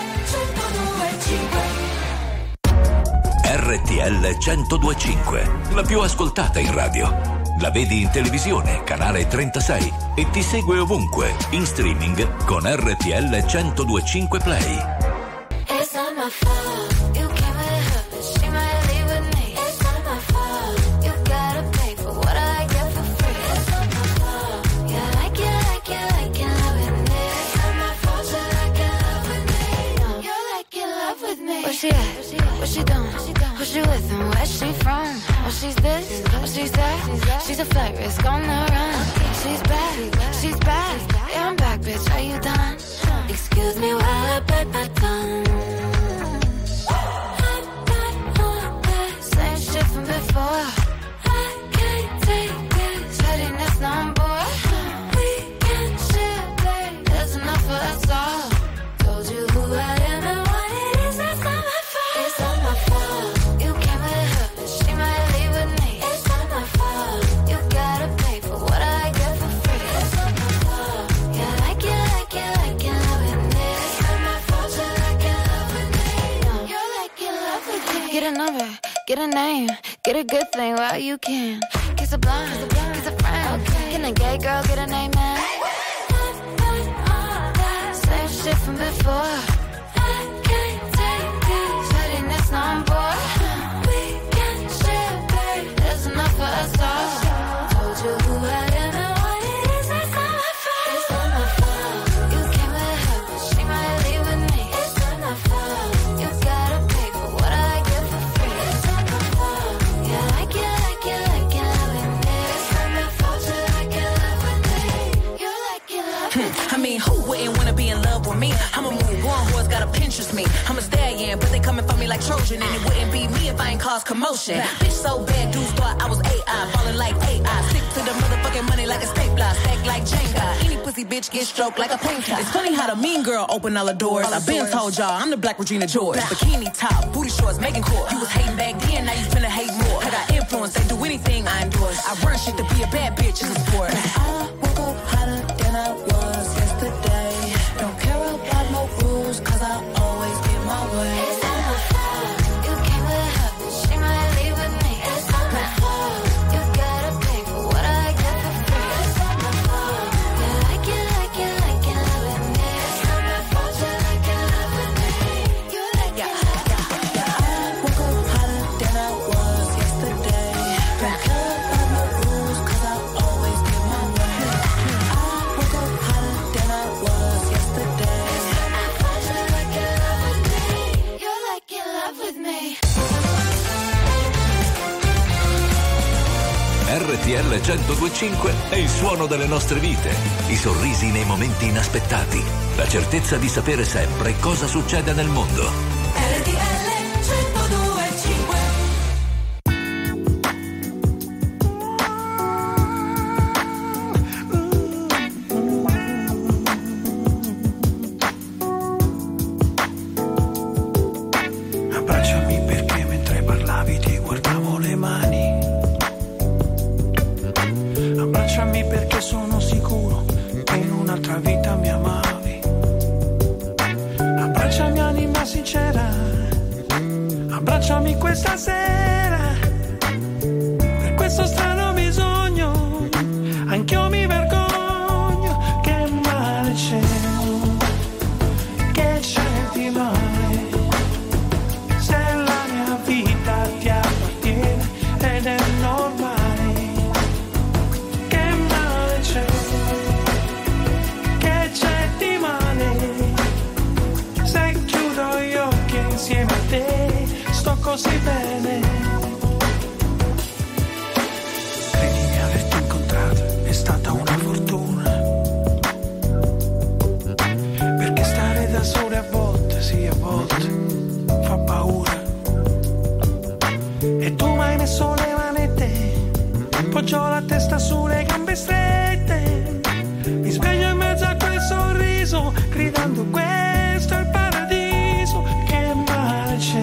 RTL 102.5, la più ascoltata in radio. La vedi in televisione, canale 36, e ti segue ovunque, in streaming con RTL 102.5 Play. It's not my fault. You came with her, but she might leave with me. It's not my fault. You gotta pay for what I get for free. It's not my fault. Yeah, I like it, like it, like she at? What she doing? Who she with and where she from? Oh, she's this, oh, she's that. She's a flight risk on the run. She's back, yeah, I'm back, bitch, are you done? Excuse me while I bite my tongue. Same shit from before. I can't take this pettiness no more. We can share, babe, there's enough for us all. Told you who I am and what it is, that's not my fault. It's not my fault. You came with her, but she might leave with me. It's not my fault. You gotta pay for what I get for free. It's not my fault. Yeah, like you love with me. It's not my fault, you like you love with me. No, you're like you love with me. Get a number, get a name, get a good thing while you can. Kiss a blind, kiss a friend. Can a gay girl get an amen? Same shit from before. I can't take this pettiness no more. We can share, babe, there's enough for us all. Told you who I am and what it is, that's not my fault. It's not my fault. You came with her, but she might leave with me. It's not my fault. You gotta pay for what I get for free. It's not my fault. Yeah, like you love with me. It's not my fault, you like you love with me. You like you love with me. I mean, who wouldn't wanna be in love with me? I'ma move on, who's gotta Pinterest me? I'm a stallion, but they coming for me like Trojan, and it wouldn't be me if I ain't cause commotion. Bitch so bad, dudes thought I was AI, falling like AI. Stick to the motherfucking money like a stapler, stack like Jenga. Any pussy bitch get stroked like a painter. It's funny how the mean girl open all the doors. I've been told y'all I'm the Black Regina George. Bikini top, booty shorts, making court. You was hating back then, now you finna hate more. I got influence, they do anything I endorse. I run shit to be a bad bitch in the sport. I woke up hotter than I was yesterday. Don't care about no rules, cause I always get my way. It's not my fault. You came with her, but she might leave with me. It's not my fault. You gotta pay for what I get for free. It's not my fault. Yeah, like you love with me. It's not my fault. You like you love with me. You like you love with me. I woke up hotter than I was yesterday. Don't care about no rules, cause I always get my way. I woke up hotter than I was yesterday. It's not my fault. You like you love with me. You like you love with me. RTL 102.5 è il suono delle nostre vite, i sorrisi nei momenti inaspettati, la certezza di sapere sempre cosa succede nel mondo. RTL 102.5. Abbracciami perché mentre parlavi ti guardavo le mani. Abbracciami perché sono sicuro che in un'altra vita mi amavi. Abbracciami anima sincera, abbracciami questa sera. Per questo strano bisogno, anch'io mi vergogno. Che male c'è, che c'è di male? Se la mia vita ti appartiene ed è normale. Che male c'è, che c'è di male? Se chiudo gli occhi insieme a te sto così bene. Credimi, averti incontrato è stata una fortuna, perché stare da sole a volte, sì a volte, fa paura. E tu m'hai messo le manette, poggio la testa sulle gambe strette. Mi sveglio in mezzo a quel sorriso, gridando questo è il paradiso. Che male c'è,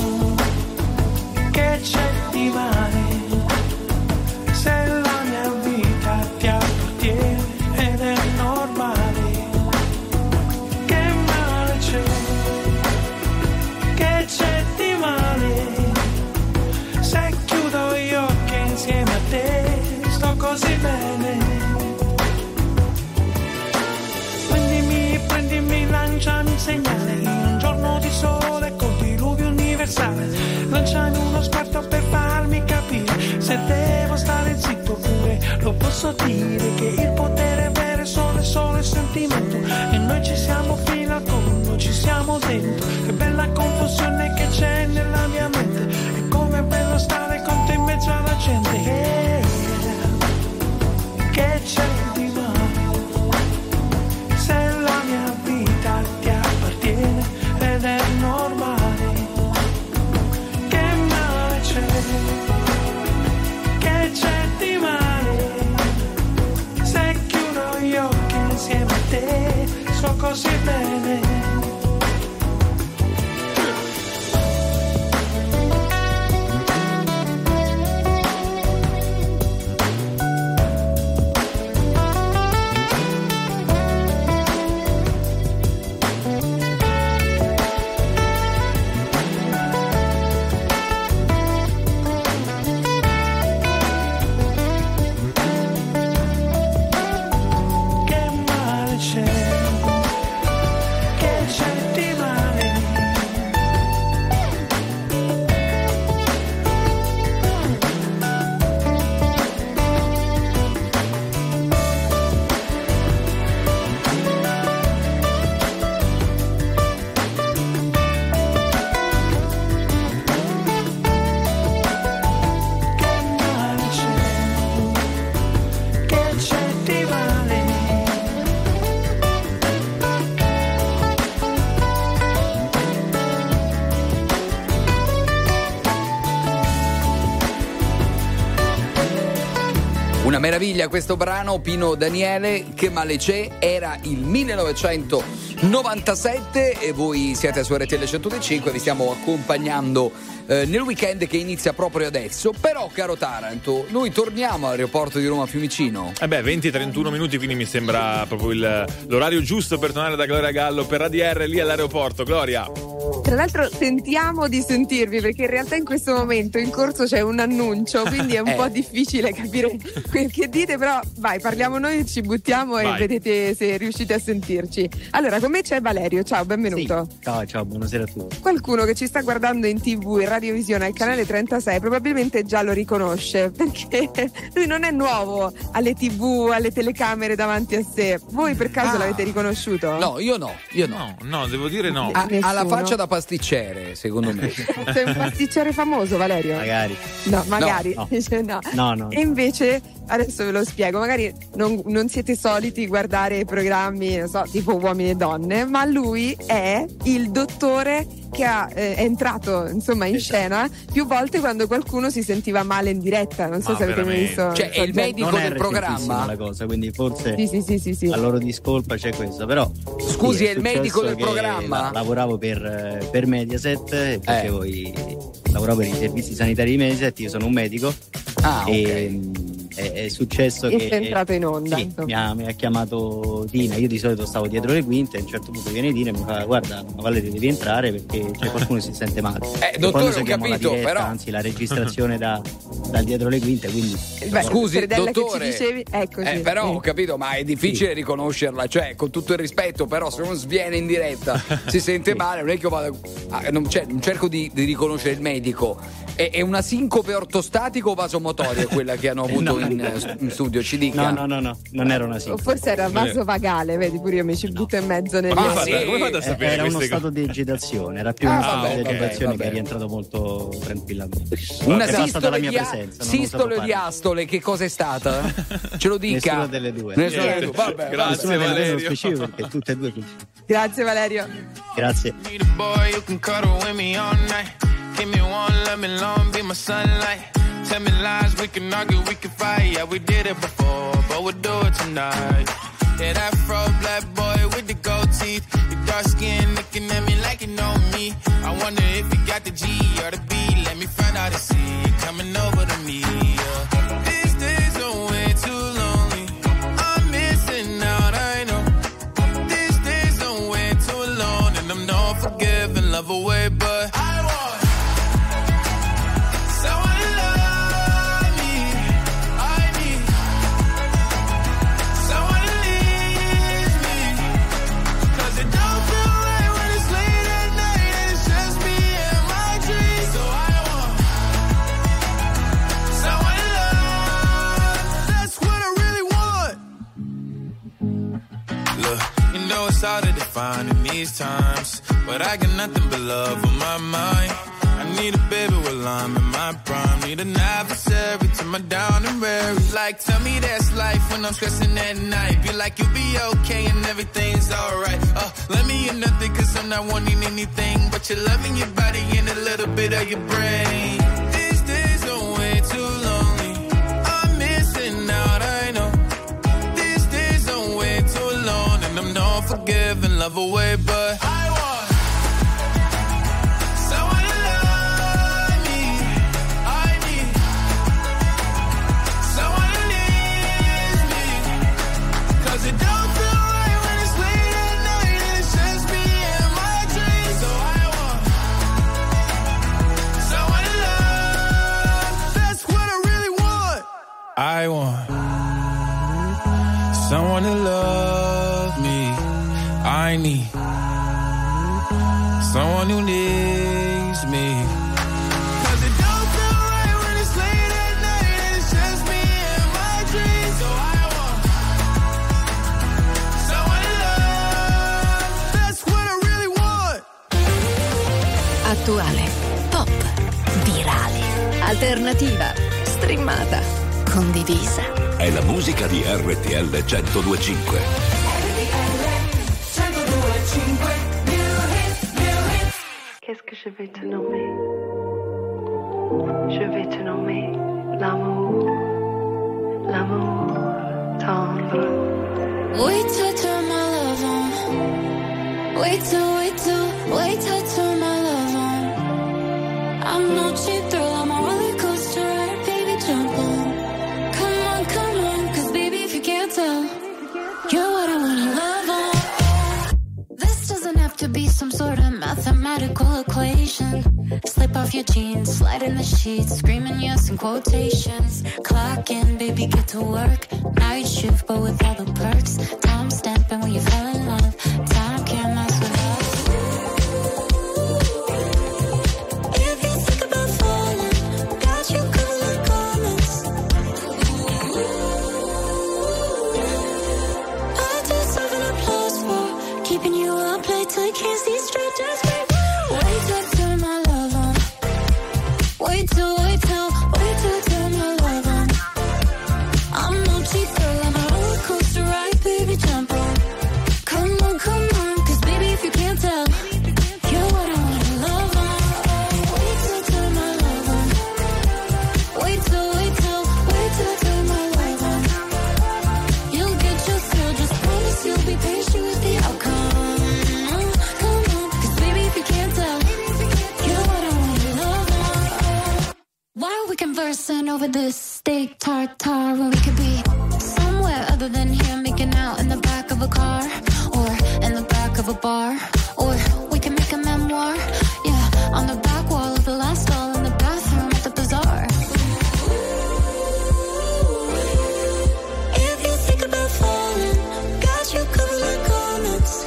che c'è di male? Se la mia vita ti appartiene ed è normale. Che male c'è, che c'è di male? Se chiudo gli occhi insieme a te sto così bene. Prendimi, lanciami un segnale in un giorno di sole con diluvio universale. Lanciami uno sguardo per farmi capire se devo stare zitto oppure lo posso dire. Che il potere vero è solo il sentimento, e noi ci siamo fino al fondo, ci siamo dentro. Che bella confusione confusione che c'è nella mia mente. È come bello stare con te in mezzo alla gente. Che c'è di male se la mia vita ti appartiene ed è normale? Che male c'è? Che c'è di male se chiudo gli occhi insieme a te? So così bene. Una meraviglia questo brano, Pino Daniele, Che male c'è, era il 1997 e voi siete su RTL 105, vi stiamo accompagnando nel weekend che inizia proprio adesso. Però, caro Taranto, noi torniamo all'aeroporto di Roma Fiumicino. 20-31 minuti, quindi mi sembra proprio l'orario giusto per tornare da Gloria Gallo per ADR lì all'aeroporto. Gloria. Tra l'altro sentiamo di sentirvi, perché in realtà in questo momento in corso c'è un annuncio, quindi è un po' difficile capire quel che dite, però vai, parliamo noi, ci buttiamo e vedete se riuscite a sentirci. Allora, con me c'è Valerio, ciao, benvenuto. Sì. Ciao, buonasera a tutti. Qualcuno che ci sta guardando in TV, in radiovisione, al canale 36, probabilmente già lo riconosce, perché lui non è nuovo alle TV, alle telecamere davanti a sé. Voi per caso l'avete riconosciuto? No, io no. No, devo dire no. Ha la faccia da pasticcere, secondo me. Sei un pasticcere famoso, Valerio? Magari. No, magari. No. E invece, adesso ve lo spiego, magari non siete soliti guardare programmi, non so, tipo Uomini e Donne, ma lui è il dottore che è entrato, insomma, in scena più volte quando qualcuno si sentiva male in diretta. Non so se avete mai visto. Cioè, è il medico non del programma. La cosa, quindi forse sì. a loro discolpa c'è questo, però. Scusi, è il medico del programma? Lavoravo per Mediaset, lavoravo per i servizi sanitari di Mediaset, io sono un medico. È successo che è entrato in onda. Sì, mi ha chiamato Tina. Io di solito stavo dietro le quinte. A un certo punto viene Tina e mi fa: guarda, Valerio, devi entrare perché c'è qualcuno che si sente male. Dottore, ho capito, diretta, però. Anzi, la registrazione dal dietro le quinte. Quindi scusi, dottore, che ci dicevi, eccoci. Però ho capito, ma è difficile riconoscerla. Cioè, con tutto il rispetto, però, se uno sviene in diretta, si sente male, non è che io vado. Non cerco di riconoscere il medico. È una sincope ortostatica o vasomotoria quella che hanno avuto in studio? Ci dica. No, non era una sincope. O forse era vasovagale, vedi, pure io mi ci butto in mezzo nel come fate a sapere? Era uno stato di agitazione, era più uno stato di agitazione che è rientrato molto tranquillamente. Una sistole o diastole, che cosa è stata? Ce lo dica. Nessuna delle due. Vabbè, grazie Valerio. Specifico perché tutte e due. Grazie Valerio. Grazie. Give me one, let me long, be my sunlight. Tell me lies, we can argue, we can fight. Yeah, we did it before, but we'll do it tonight. Yeah, that fro black boy with the gold teeth. Your dark skin looking at me like you know me. I wonder if you got the G or the B. Let me find out and see you coming over to me. Yeah. These days are way too lonely. I'm missing out, I know. These days are way too alone. And I'm not forgiving, love away, but I want someone to love me. I need someone to leave me. 'Cause it don't feel right when it's late at night and it's just me and my dreams. So I want someone to love. That's what I really want. Look, You know it's hard to define in these times, but I got nothing but love on my mind. I need a baby while I'm in my prime. Need an adversary to my down and weary. Like, tell me that's life when I'm stressing at night. Be like, you'll be okay and everything's alright. Let me in nothing cause I'm not wanting anything but your love and your body and a little bit of your brain. These days are way too lonely. I'm missing out, I know. These days are way too long and I'm not forgiving love away, but I want someone to love me. I need someone who needs me. Cause it don't feel right when it's late at night and it's just me and my dreams. So I want someone to love. That's what I really want. I want someone to love me. I need someone who needs me. Cause it don't feel right when it's late at night and it's just me and my dreams. So I want someone to love. That's what I really want. Attuale, pop, virale, alternativa, streamata, condivisa. È la musica di RTL 102.5. Qu'est-ce que je vais te nommer? Je vais te nommer l'amour, l'amour tendre. Wait till I turn my love on. Wait till I turn my love on. I'm no cheap thrill, I'm a roller coaster ride, baby, jump on. Come on, cause baby, if you can't tell, you're what I wanna love on. This doesn't have to be some sort of mathematical equation. Slip off your jeans, slide in the sheets, screaming yes in quotations. Clock in, baby, get to work. Night shift, but with all the perks. Time stamping when you fell in love. Time can't mess with us. If you think about falling, got you covered like garments. I deserve an applause for keeping you up late till you can't see straight. Just wait till I turn my love on. Wait till I turn my love on. I'm no cheap girl, I'm a roller coaster ride, baby, jump on. Come on, cause baby, if you can't tell, you're what I wanna love on. Wait till I turn my love on. Wait till I turn my love on. You'll get your thrill, just promise you'll be patient with the outcome. Come on, cause baby, if you can't tell, you're what I wanna love on. Why are we conversing over this steak tartare when we could be somewhere other than here, making out in the back of a car or in the back of a bar, or we can make a memoir, yeah, on the back wall of the last stall in the bathroom at the bazaar. If you think about falling, got you covered like garments.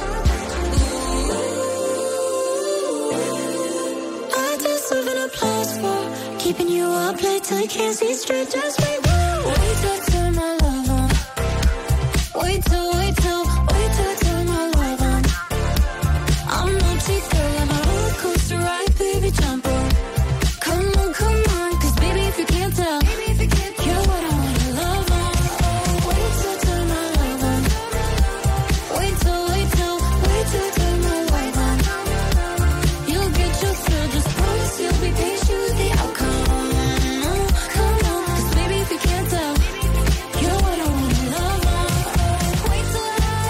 I deserve an applause for keeping you up late till you can't see straight. Just wait till I turn my love on. Wait till I turn my love on. I'm no cheap girl, I'm a roller coaster ride, baby, jump on. Come on, cause baby, if you can't tell, you're what I wanna love on. Wait till I turn my love on. Wait till I turn my love on. You'll get your thrill, just promise you'll be patient with the outcome. Come on, cause baby, if you can't tell, you're what I wanna love on. Wait till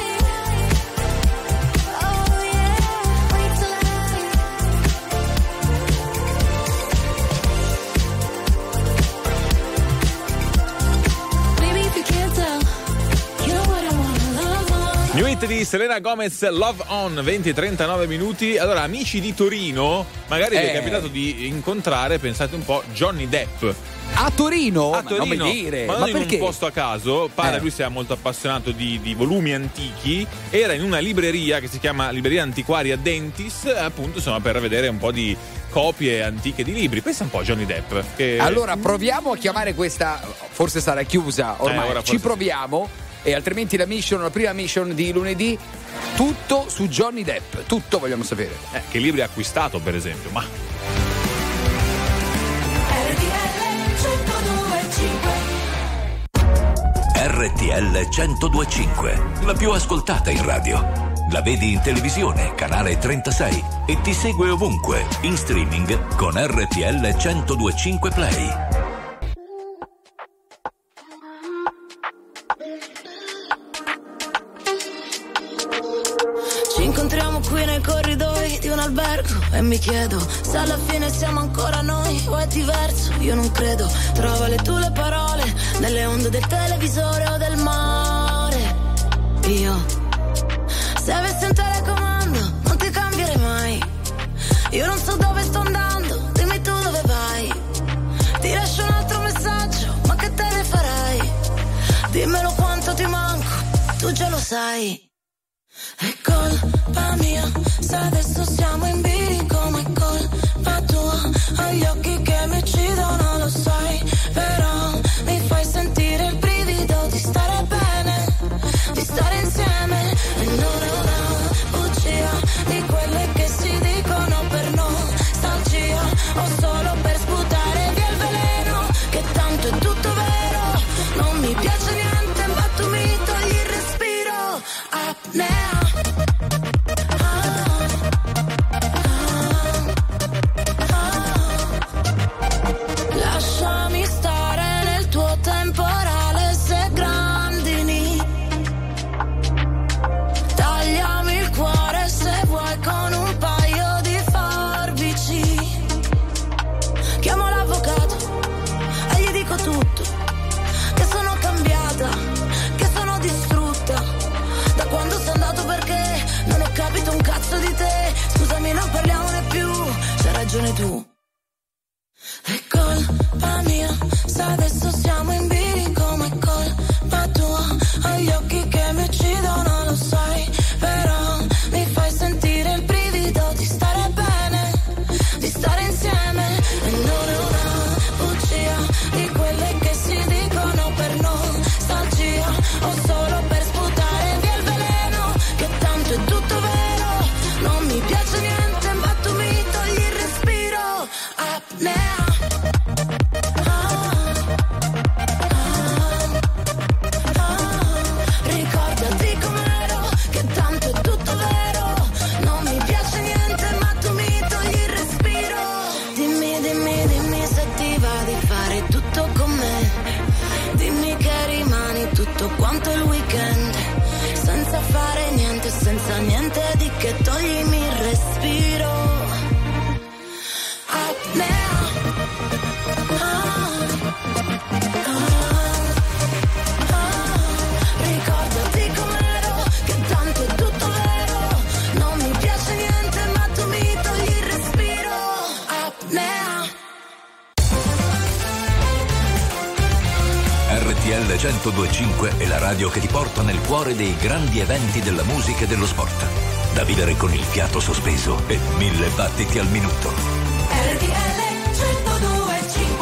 oh yeah, wait till baby, if you can't tell, you're what I wanna love on. New hit di Selena Gomez, Love On, 20-39 minuti. Allora, amici di Torino, magari vi è capitato di incontrare, pensate un po', Johnny Depp. A Torino? A Torino, non mi dire. ma Ma in perché? un posto a caso. Pare lui sia molto appassionato di volumi antichi. Era in una libreria che si chiama Libreria Antiquaria Dentis, appunto, insomma, per vedere un po' di copie antiche di libri. Pensa un po' a Johnny Depp. Che... Allora proviamo a chiamare questa, forse sarà chiusa ormai. Ora ci proviamo. E altrimenti la prima mission di lunedì tutto su Johnny Depp, tutto vogliamo sapere. Che libri ha acquistato, per esempio? Ma RTL 1025, la più ascoltata in radio. La vedi in televisione, canale 36 e ti segue ovunque, in streaming con RTL 1025 Play. Ci incontriamo qui nei corridoi di un albergo e mi chiedo se alla fine siamo ancora noi o è diverso. Io non credo, trova le parole nelle onde del televisore o del mare. Io, se avessi un telecomando non ti cambierei mai. Io non so dove sto andando, dimmi tu dove vai. Ti lascio un altro messaggio, ma che te ne farai? Dimmelo quanto ti manco, tu già lo sai. È colpa mia, se adesso siamo in bilico, ma è colpa tua. Ho gli occhi che mi uccidono, lo sai, però mi fai sentire il brivido di stare bene, di stare insieme. E non è una bugia di quelle che si dicono per nostalgia, o solo per sputare via il veleno, che tanto è tutto vero. Non mi piace niente, ma tu mi togli il respiro. Apnea. Lasciami stare nel tuo temporale se grandini. Tagliami il cuore se vuoi con un paio di forbici. Chiamo l'avvocato e gli dico tutto, che sono cambiata, che sono distrutta da quando sei andato, perché non ho capito un cazzo di te. Scusami, non parliamone più, c'hai ragione tu. È colpa mia, se adesso siamo in bilico, ma è colpa tua. Ho gli occhi che mi uccidono, lo sai, però mi fai sentire il brivido di stare bene, di stare insieme. E non è una bugia di quelle che si dicono per nostalgia, o solo per sputare via il veleno, che tanto è tutto vero. Non mi piace niente, ma tu mi togli il respiro. Apnea. Ricordati com'ero, che tanto è tutto vero. Non mi piace niente, ma tu mi togli il respiro. Dimmi, dimmi, dimmi se ti va di fare tutto con me. Dimmi che rimani tutto quanto il weekend, senza fare niente, senza niente di che, toglimi il respiro. Apnea. Ricordati com'ero, che tanto è tutto vero. Non mi piace niente, ma tu mi togli il respiro. Apnea. RTL 1025 è la radio che ti porta nel cuore dei grandi eventi della musica e dello sport. Da vivere con il fiato sospeso e 1000 battiti al minuto. RTL 1025.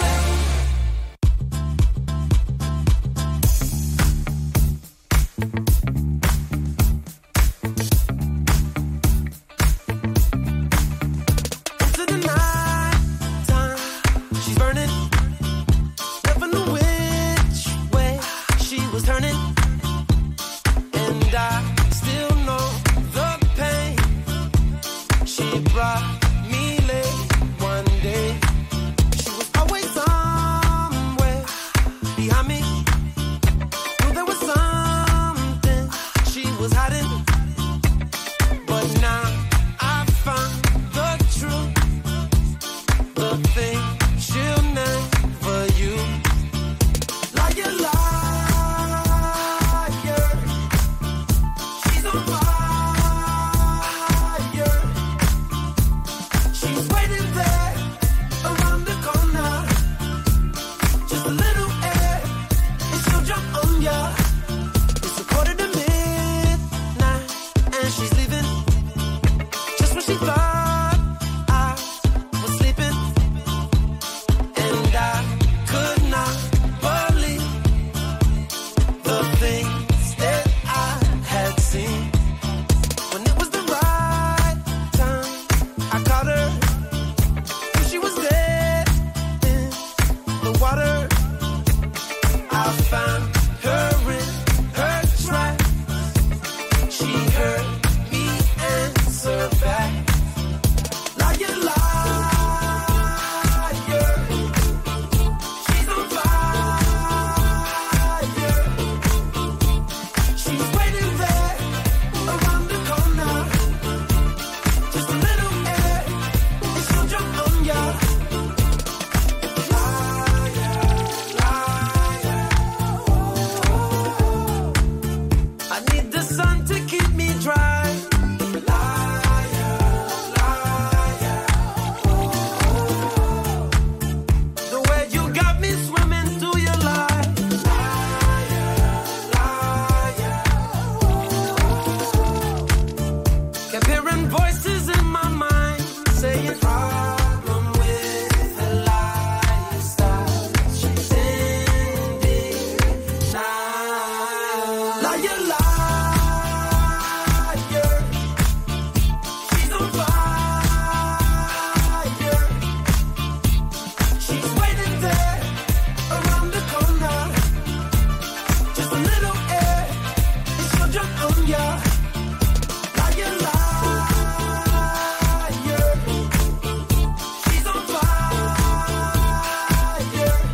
Into the night time, she's burning. Never knew which way she was turning, and I still know the pain she brought me late one day. She was always somewhere behind me. Knew there was something she was hiding, but now I found the truth, the thing she'll never use. Liar, liar, she's on fire. She's waiting there around the corner. Just a little air and she'll jump on ya. It's 1:45 and she's leaving just when she thought I was sleeping. And I could not believe the things that I had seen. heard me answer back. Liar, liar. She's on fire. She's waiting there around the corner. Just a little air and she'll jump on ya. I need the sun to keep me dry. The way you got me swimming through your lies. Kept hearing voices in my mind saying problem with her lifestyle. She's in denial. Liar, liar. She's on fire. She's waiting there around the corner. Just a little air and she'll jump on ya. Liar, liar. She's on fire.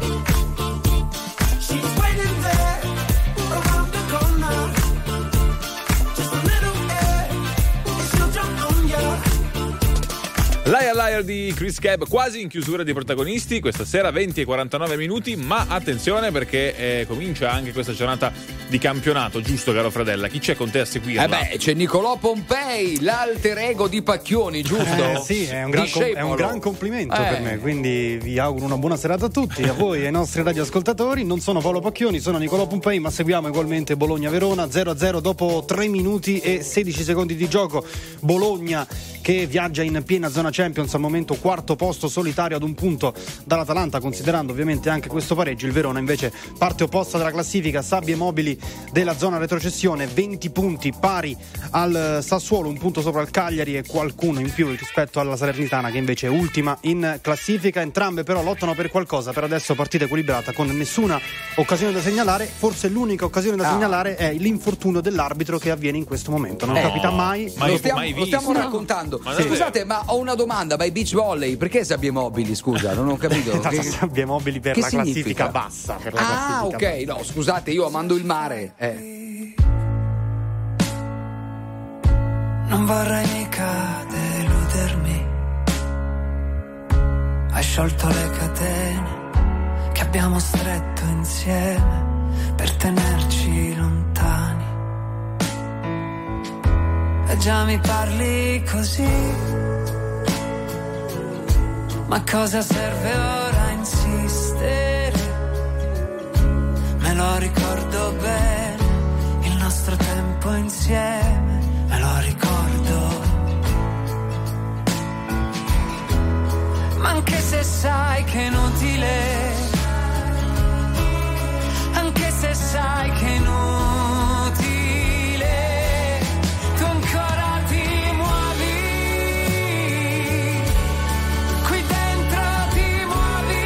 She's waiting there around the corner. Just a little air and she'll jump on ya. Liar Liar di Chris Cab, quasi in chiusura di protagonisti questa sera, 20:49 minuti, ma attenzione perché comincia anche questa giornata di campionato, giusto caro Fradella? Chi c'è con te a seguirla? C'è Nicolò Pompei, l'alter ego di Pacchioni, giusto? Sì, è un gran complimento per me, quindi vi auguro una buona serata a tutti, a voi e ai nostri radioascoltatori. Non sono Paolo Pacchioni, sono Nicolò Pompei, ma seguiamo ugualmente Bologna-Verona 0-0 dopo 3 minuti e 16 secondi di gioco. Bologna che viaggia in piena zona Champions, al momento quarto posto, solitario ad un punto dall'Atalanta, considerando ovviamente anche questo pareggio. Il Verona invece parte opposta della classifica, sabbie mobili della zona retrocessione, 20 punti, pari al Sassuolo, un punto sopra il Cagliari e qualcuno in più rispetto alla Salernitana che invece è ultima in classifica. Entrambe però lottano per qualcosa, per adesso partita equilibrata con nessuna occasione da segnalare. Forse l'unica occasione da segnalare è l'infortunio dell'arbitro che avviene in questo momento, non capita mai. Lo stiamo raccontando. Scusate, ma ho una domanda, ma i beach volley perché sabbie mobili? Scusa, non ho capito. Sabbie mobili per la classifica bassa. Per la classifica ok, bassa. No, scusate, io amando il mare. Non vorrei mica deludermi. Hai sciolto le catene che abbiamo stretto insieme per tenerci lontani. E già mi parli così. Ma cosa serve ora insistere? Me lo ricordo bene, il nostro tempo insieme, me lo ricordo. Ma anche se sai che è inutile, anche se sai che è inutile, tu ancora ti muovi, qui dentro ti muovi,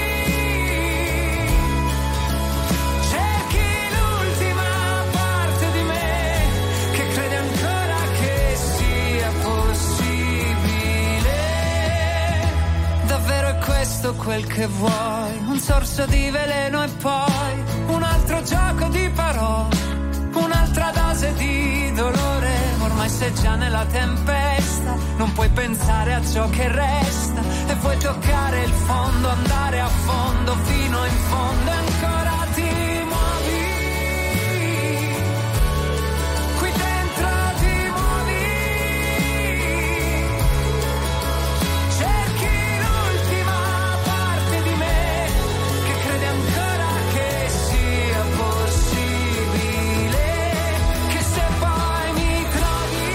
cerchi l'ultima parte di me che crede ancora che sia possibile. Davvero è questo quel che vuoi? Un sorso di veleno e poi un altro gioco di parole, un'altra dose di dolore. Ormai sei già nella tempesta, non puoi pensare a ciò che resta e vuoi toccare il fondo, andare a fondo fino in fondo e ancora ti muovi, qui dentro ti muovi, cerchi l'ultima parte di me che crede ancora che sia possibile, che se poi mi trovi,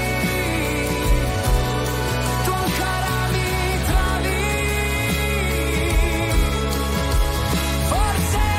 tu ancora mi trovi, forse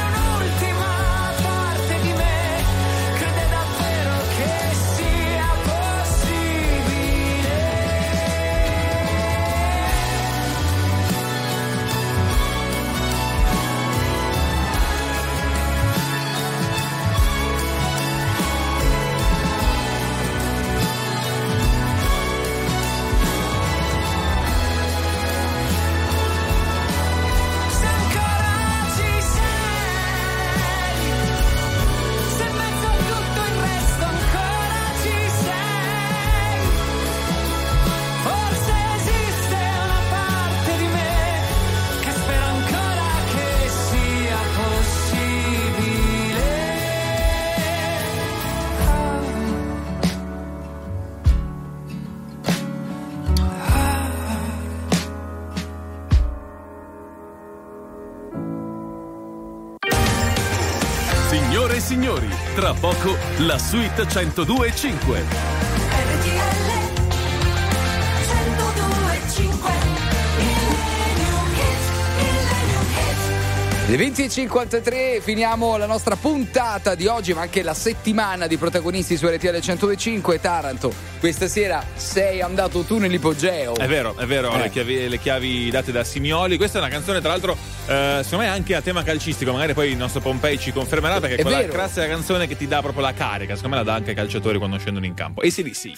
signori, tra poco la suite 102.5. Le 20.53 finiamo la nostra puntata di oggi, ma anche la settimana di protagonisti su RTL 102.5. Taranto, questa sera sei andato tu nell'ipogeo. È vero, le chiavi date da Simioli. Questa è una canzone, tra l'altro, secondo me anche a tema calcistico. Magari poi il nostro Pompei ci confermerà, perché è quella classica canzone che ti dà proprio la carica. Secondo me la dà anche ai calciatori quando scendono in campo. E sì.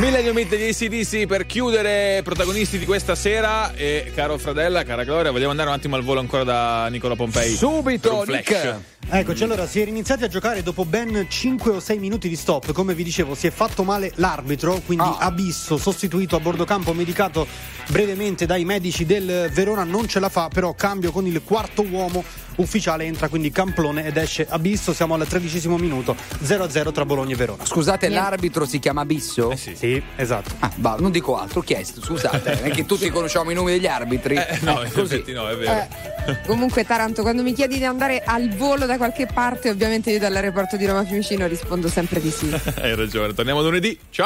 Millennium Hit degli AC/DC per chiudere protagonisti di questa sera. E caro Fradella, cara Gloria, vogliamo andare un attimo al volo ancora da Nicola Pompei? Subito, Nick. Eccoci, allora si è iniziati a giocare dopo ben 5 o 6 minuti di stop. Come vi dicevo, si è fatto male l'arbitro, quindi Abisso, sostituito a bordo campo, medicato brevemente dai medici del Verona, non ce la fa, però cambio con il quarto uomo ufficiale, entra quindi Camplone ed esce Abisso. Siamo al 13° minuto, 0-0 tra Bologna e Verona. Scusate, l'arbitro si chiama Abisso? Sì, esatto. Non dico altro, ho chiesto, scusate, non è che tutti conosciamo i nomi degli arbitri. No, in effetti no, è vero. Comunque Taranto, quando mi chiedi di andare al volo da qualche parte, ovviamente io dall'aeroporto di Roma Fiumicino rispondo sempre di sì. Hai ragione, torniamo lunedì, ciao!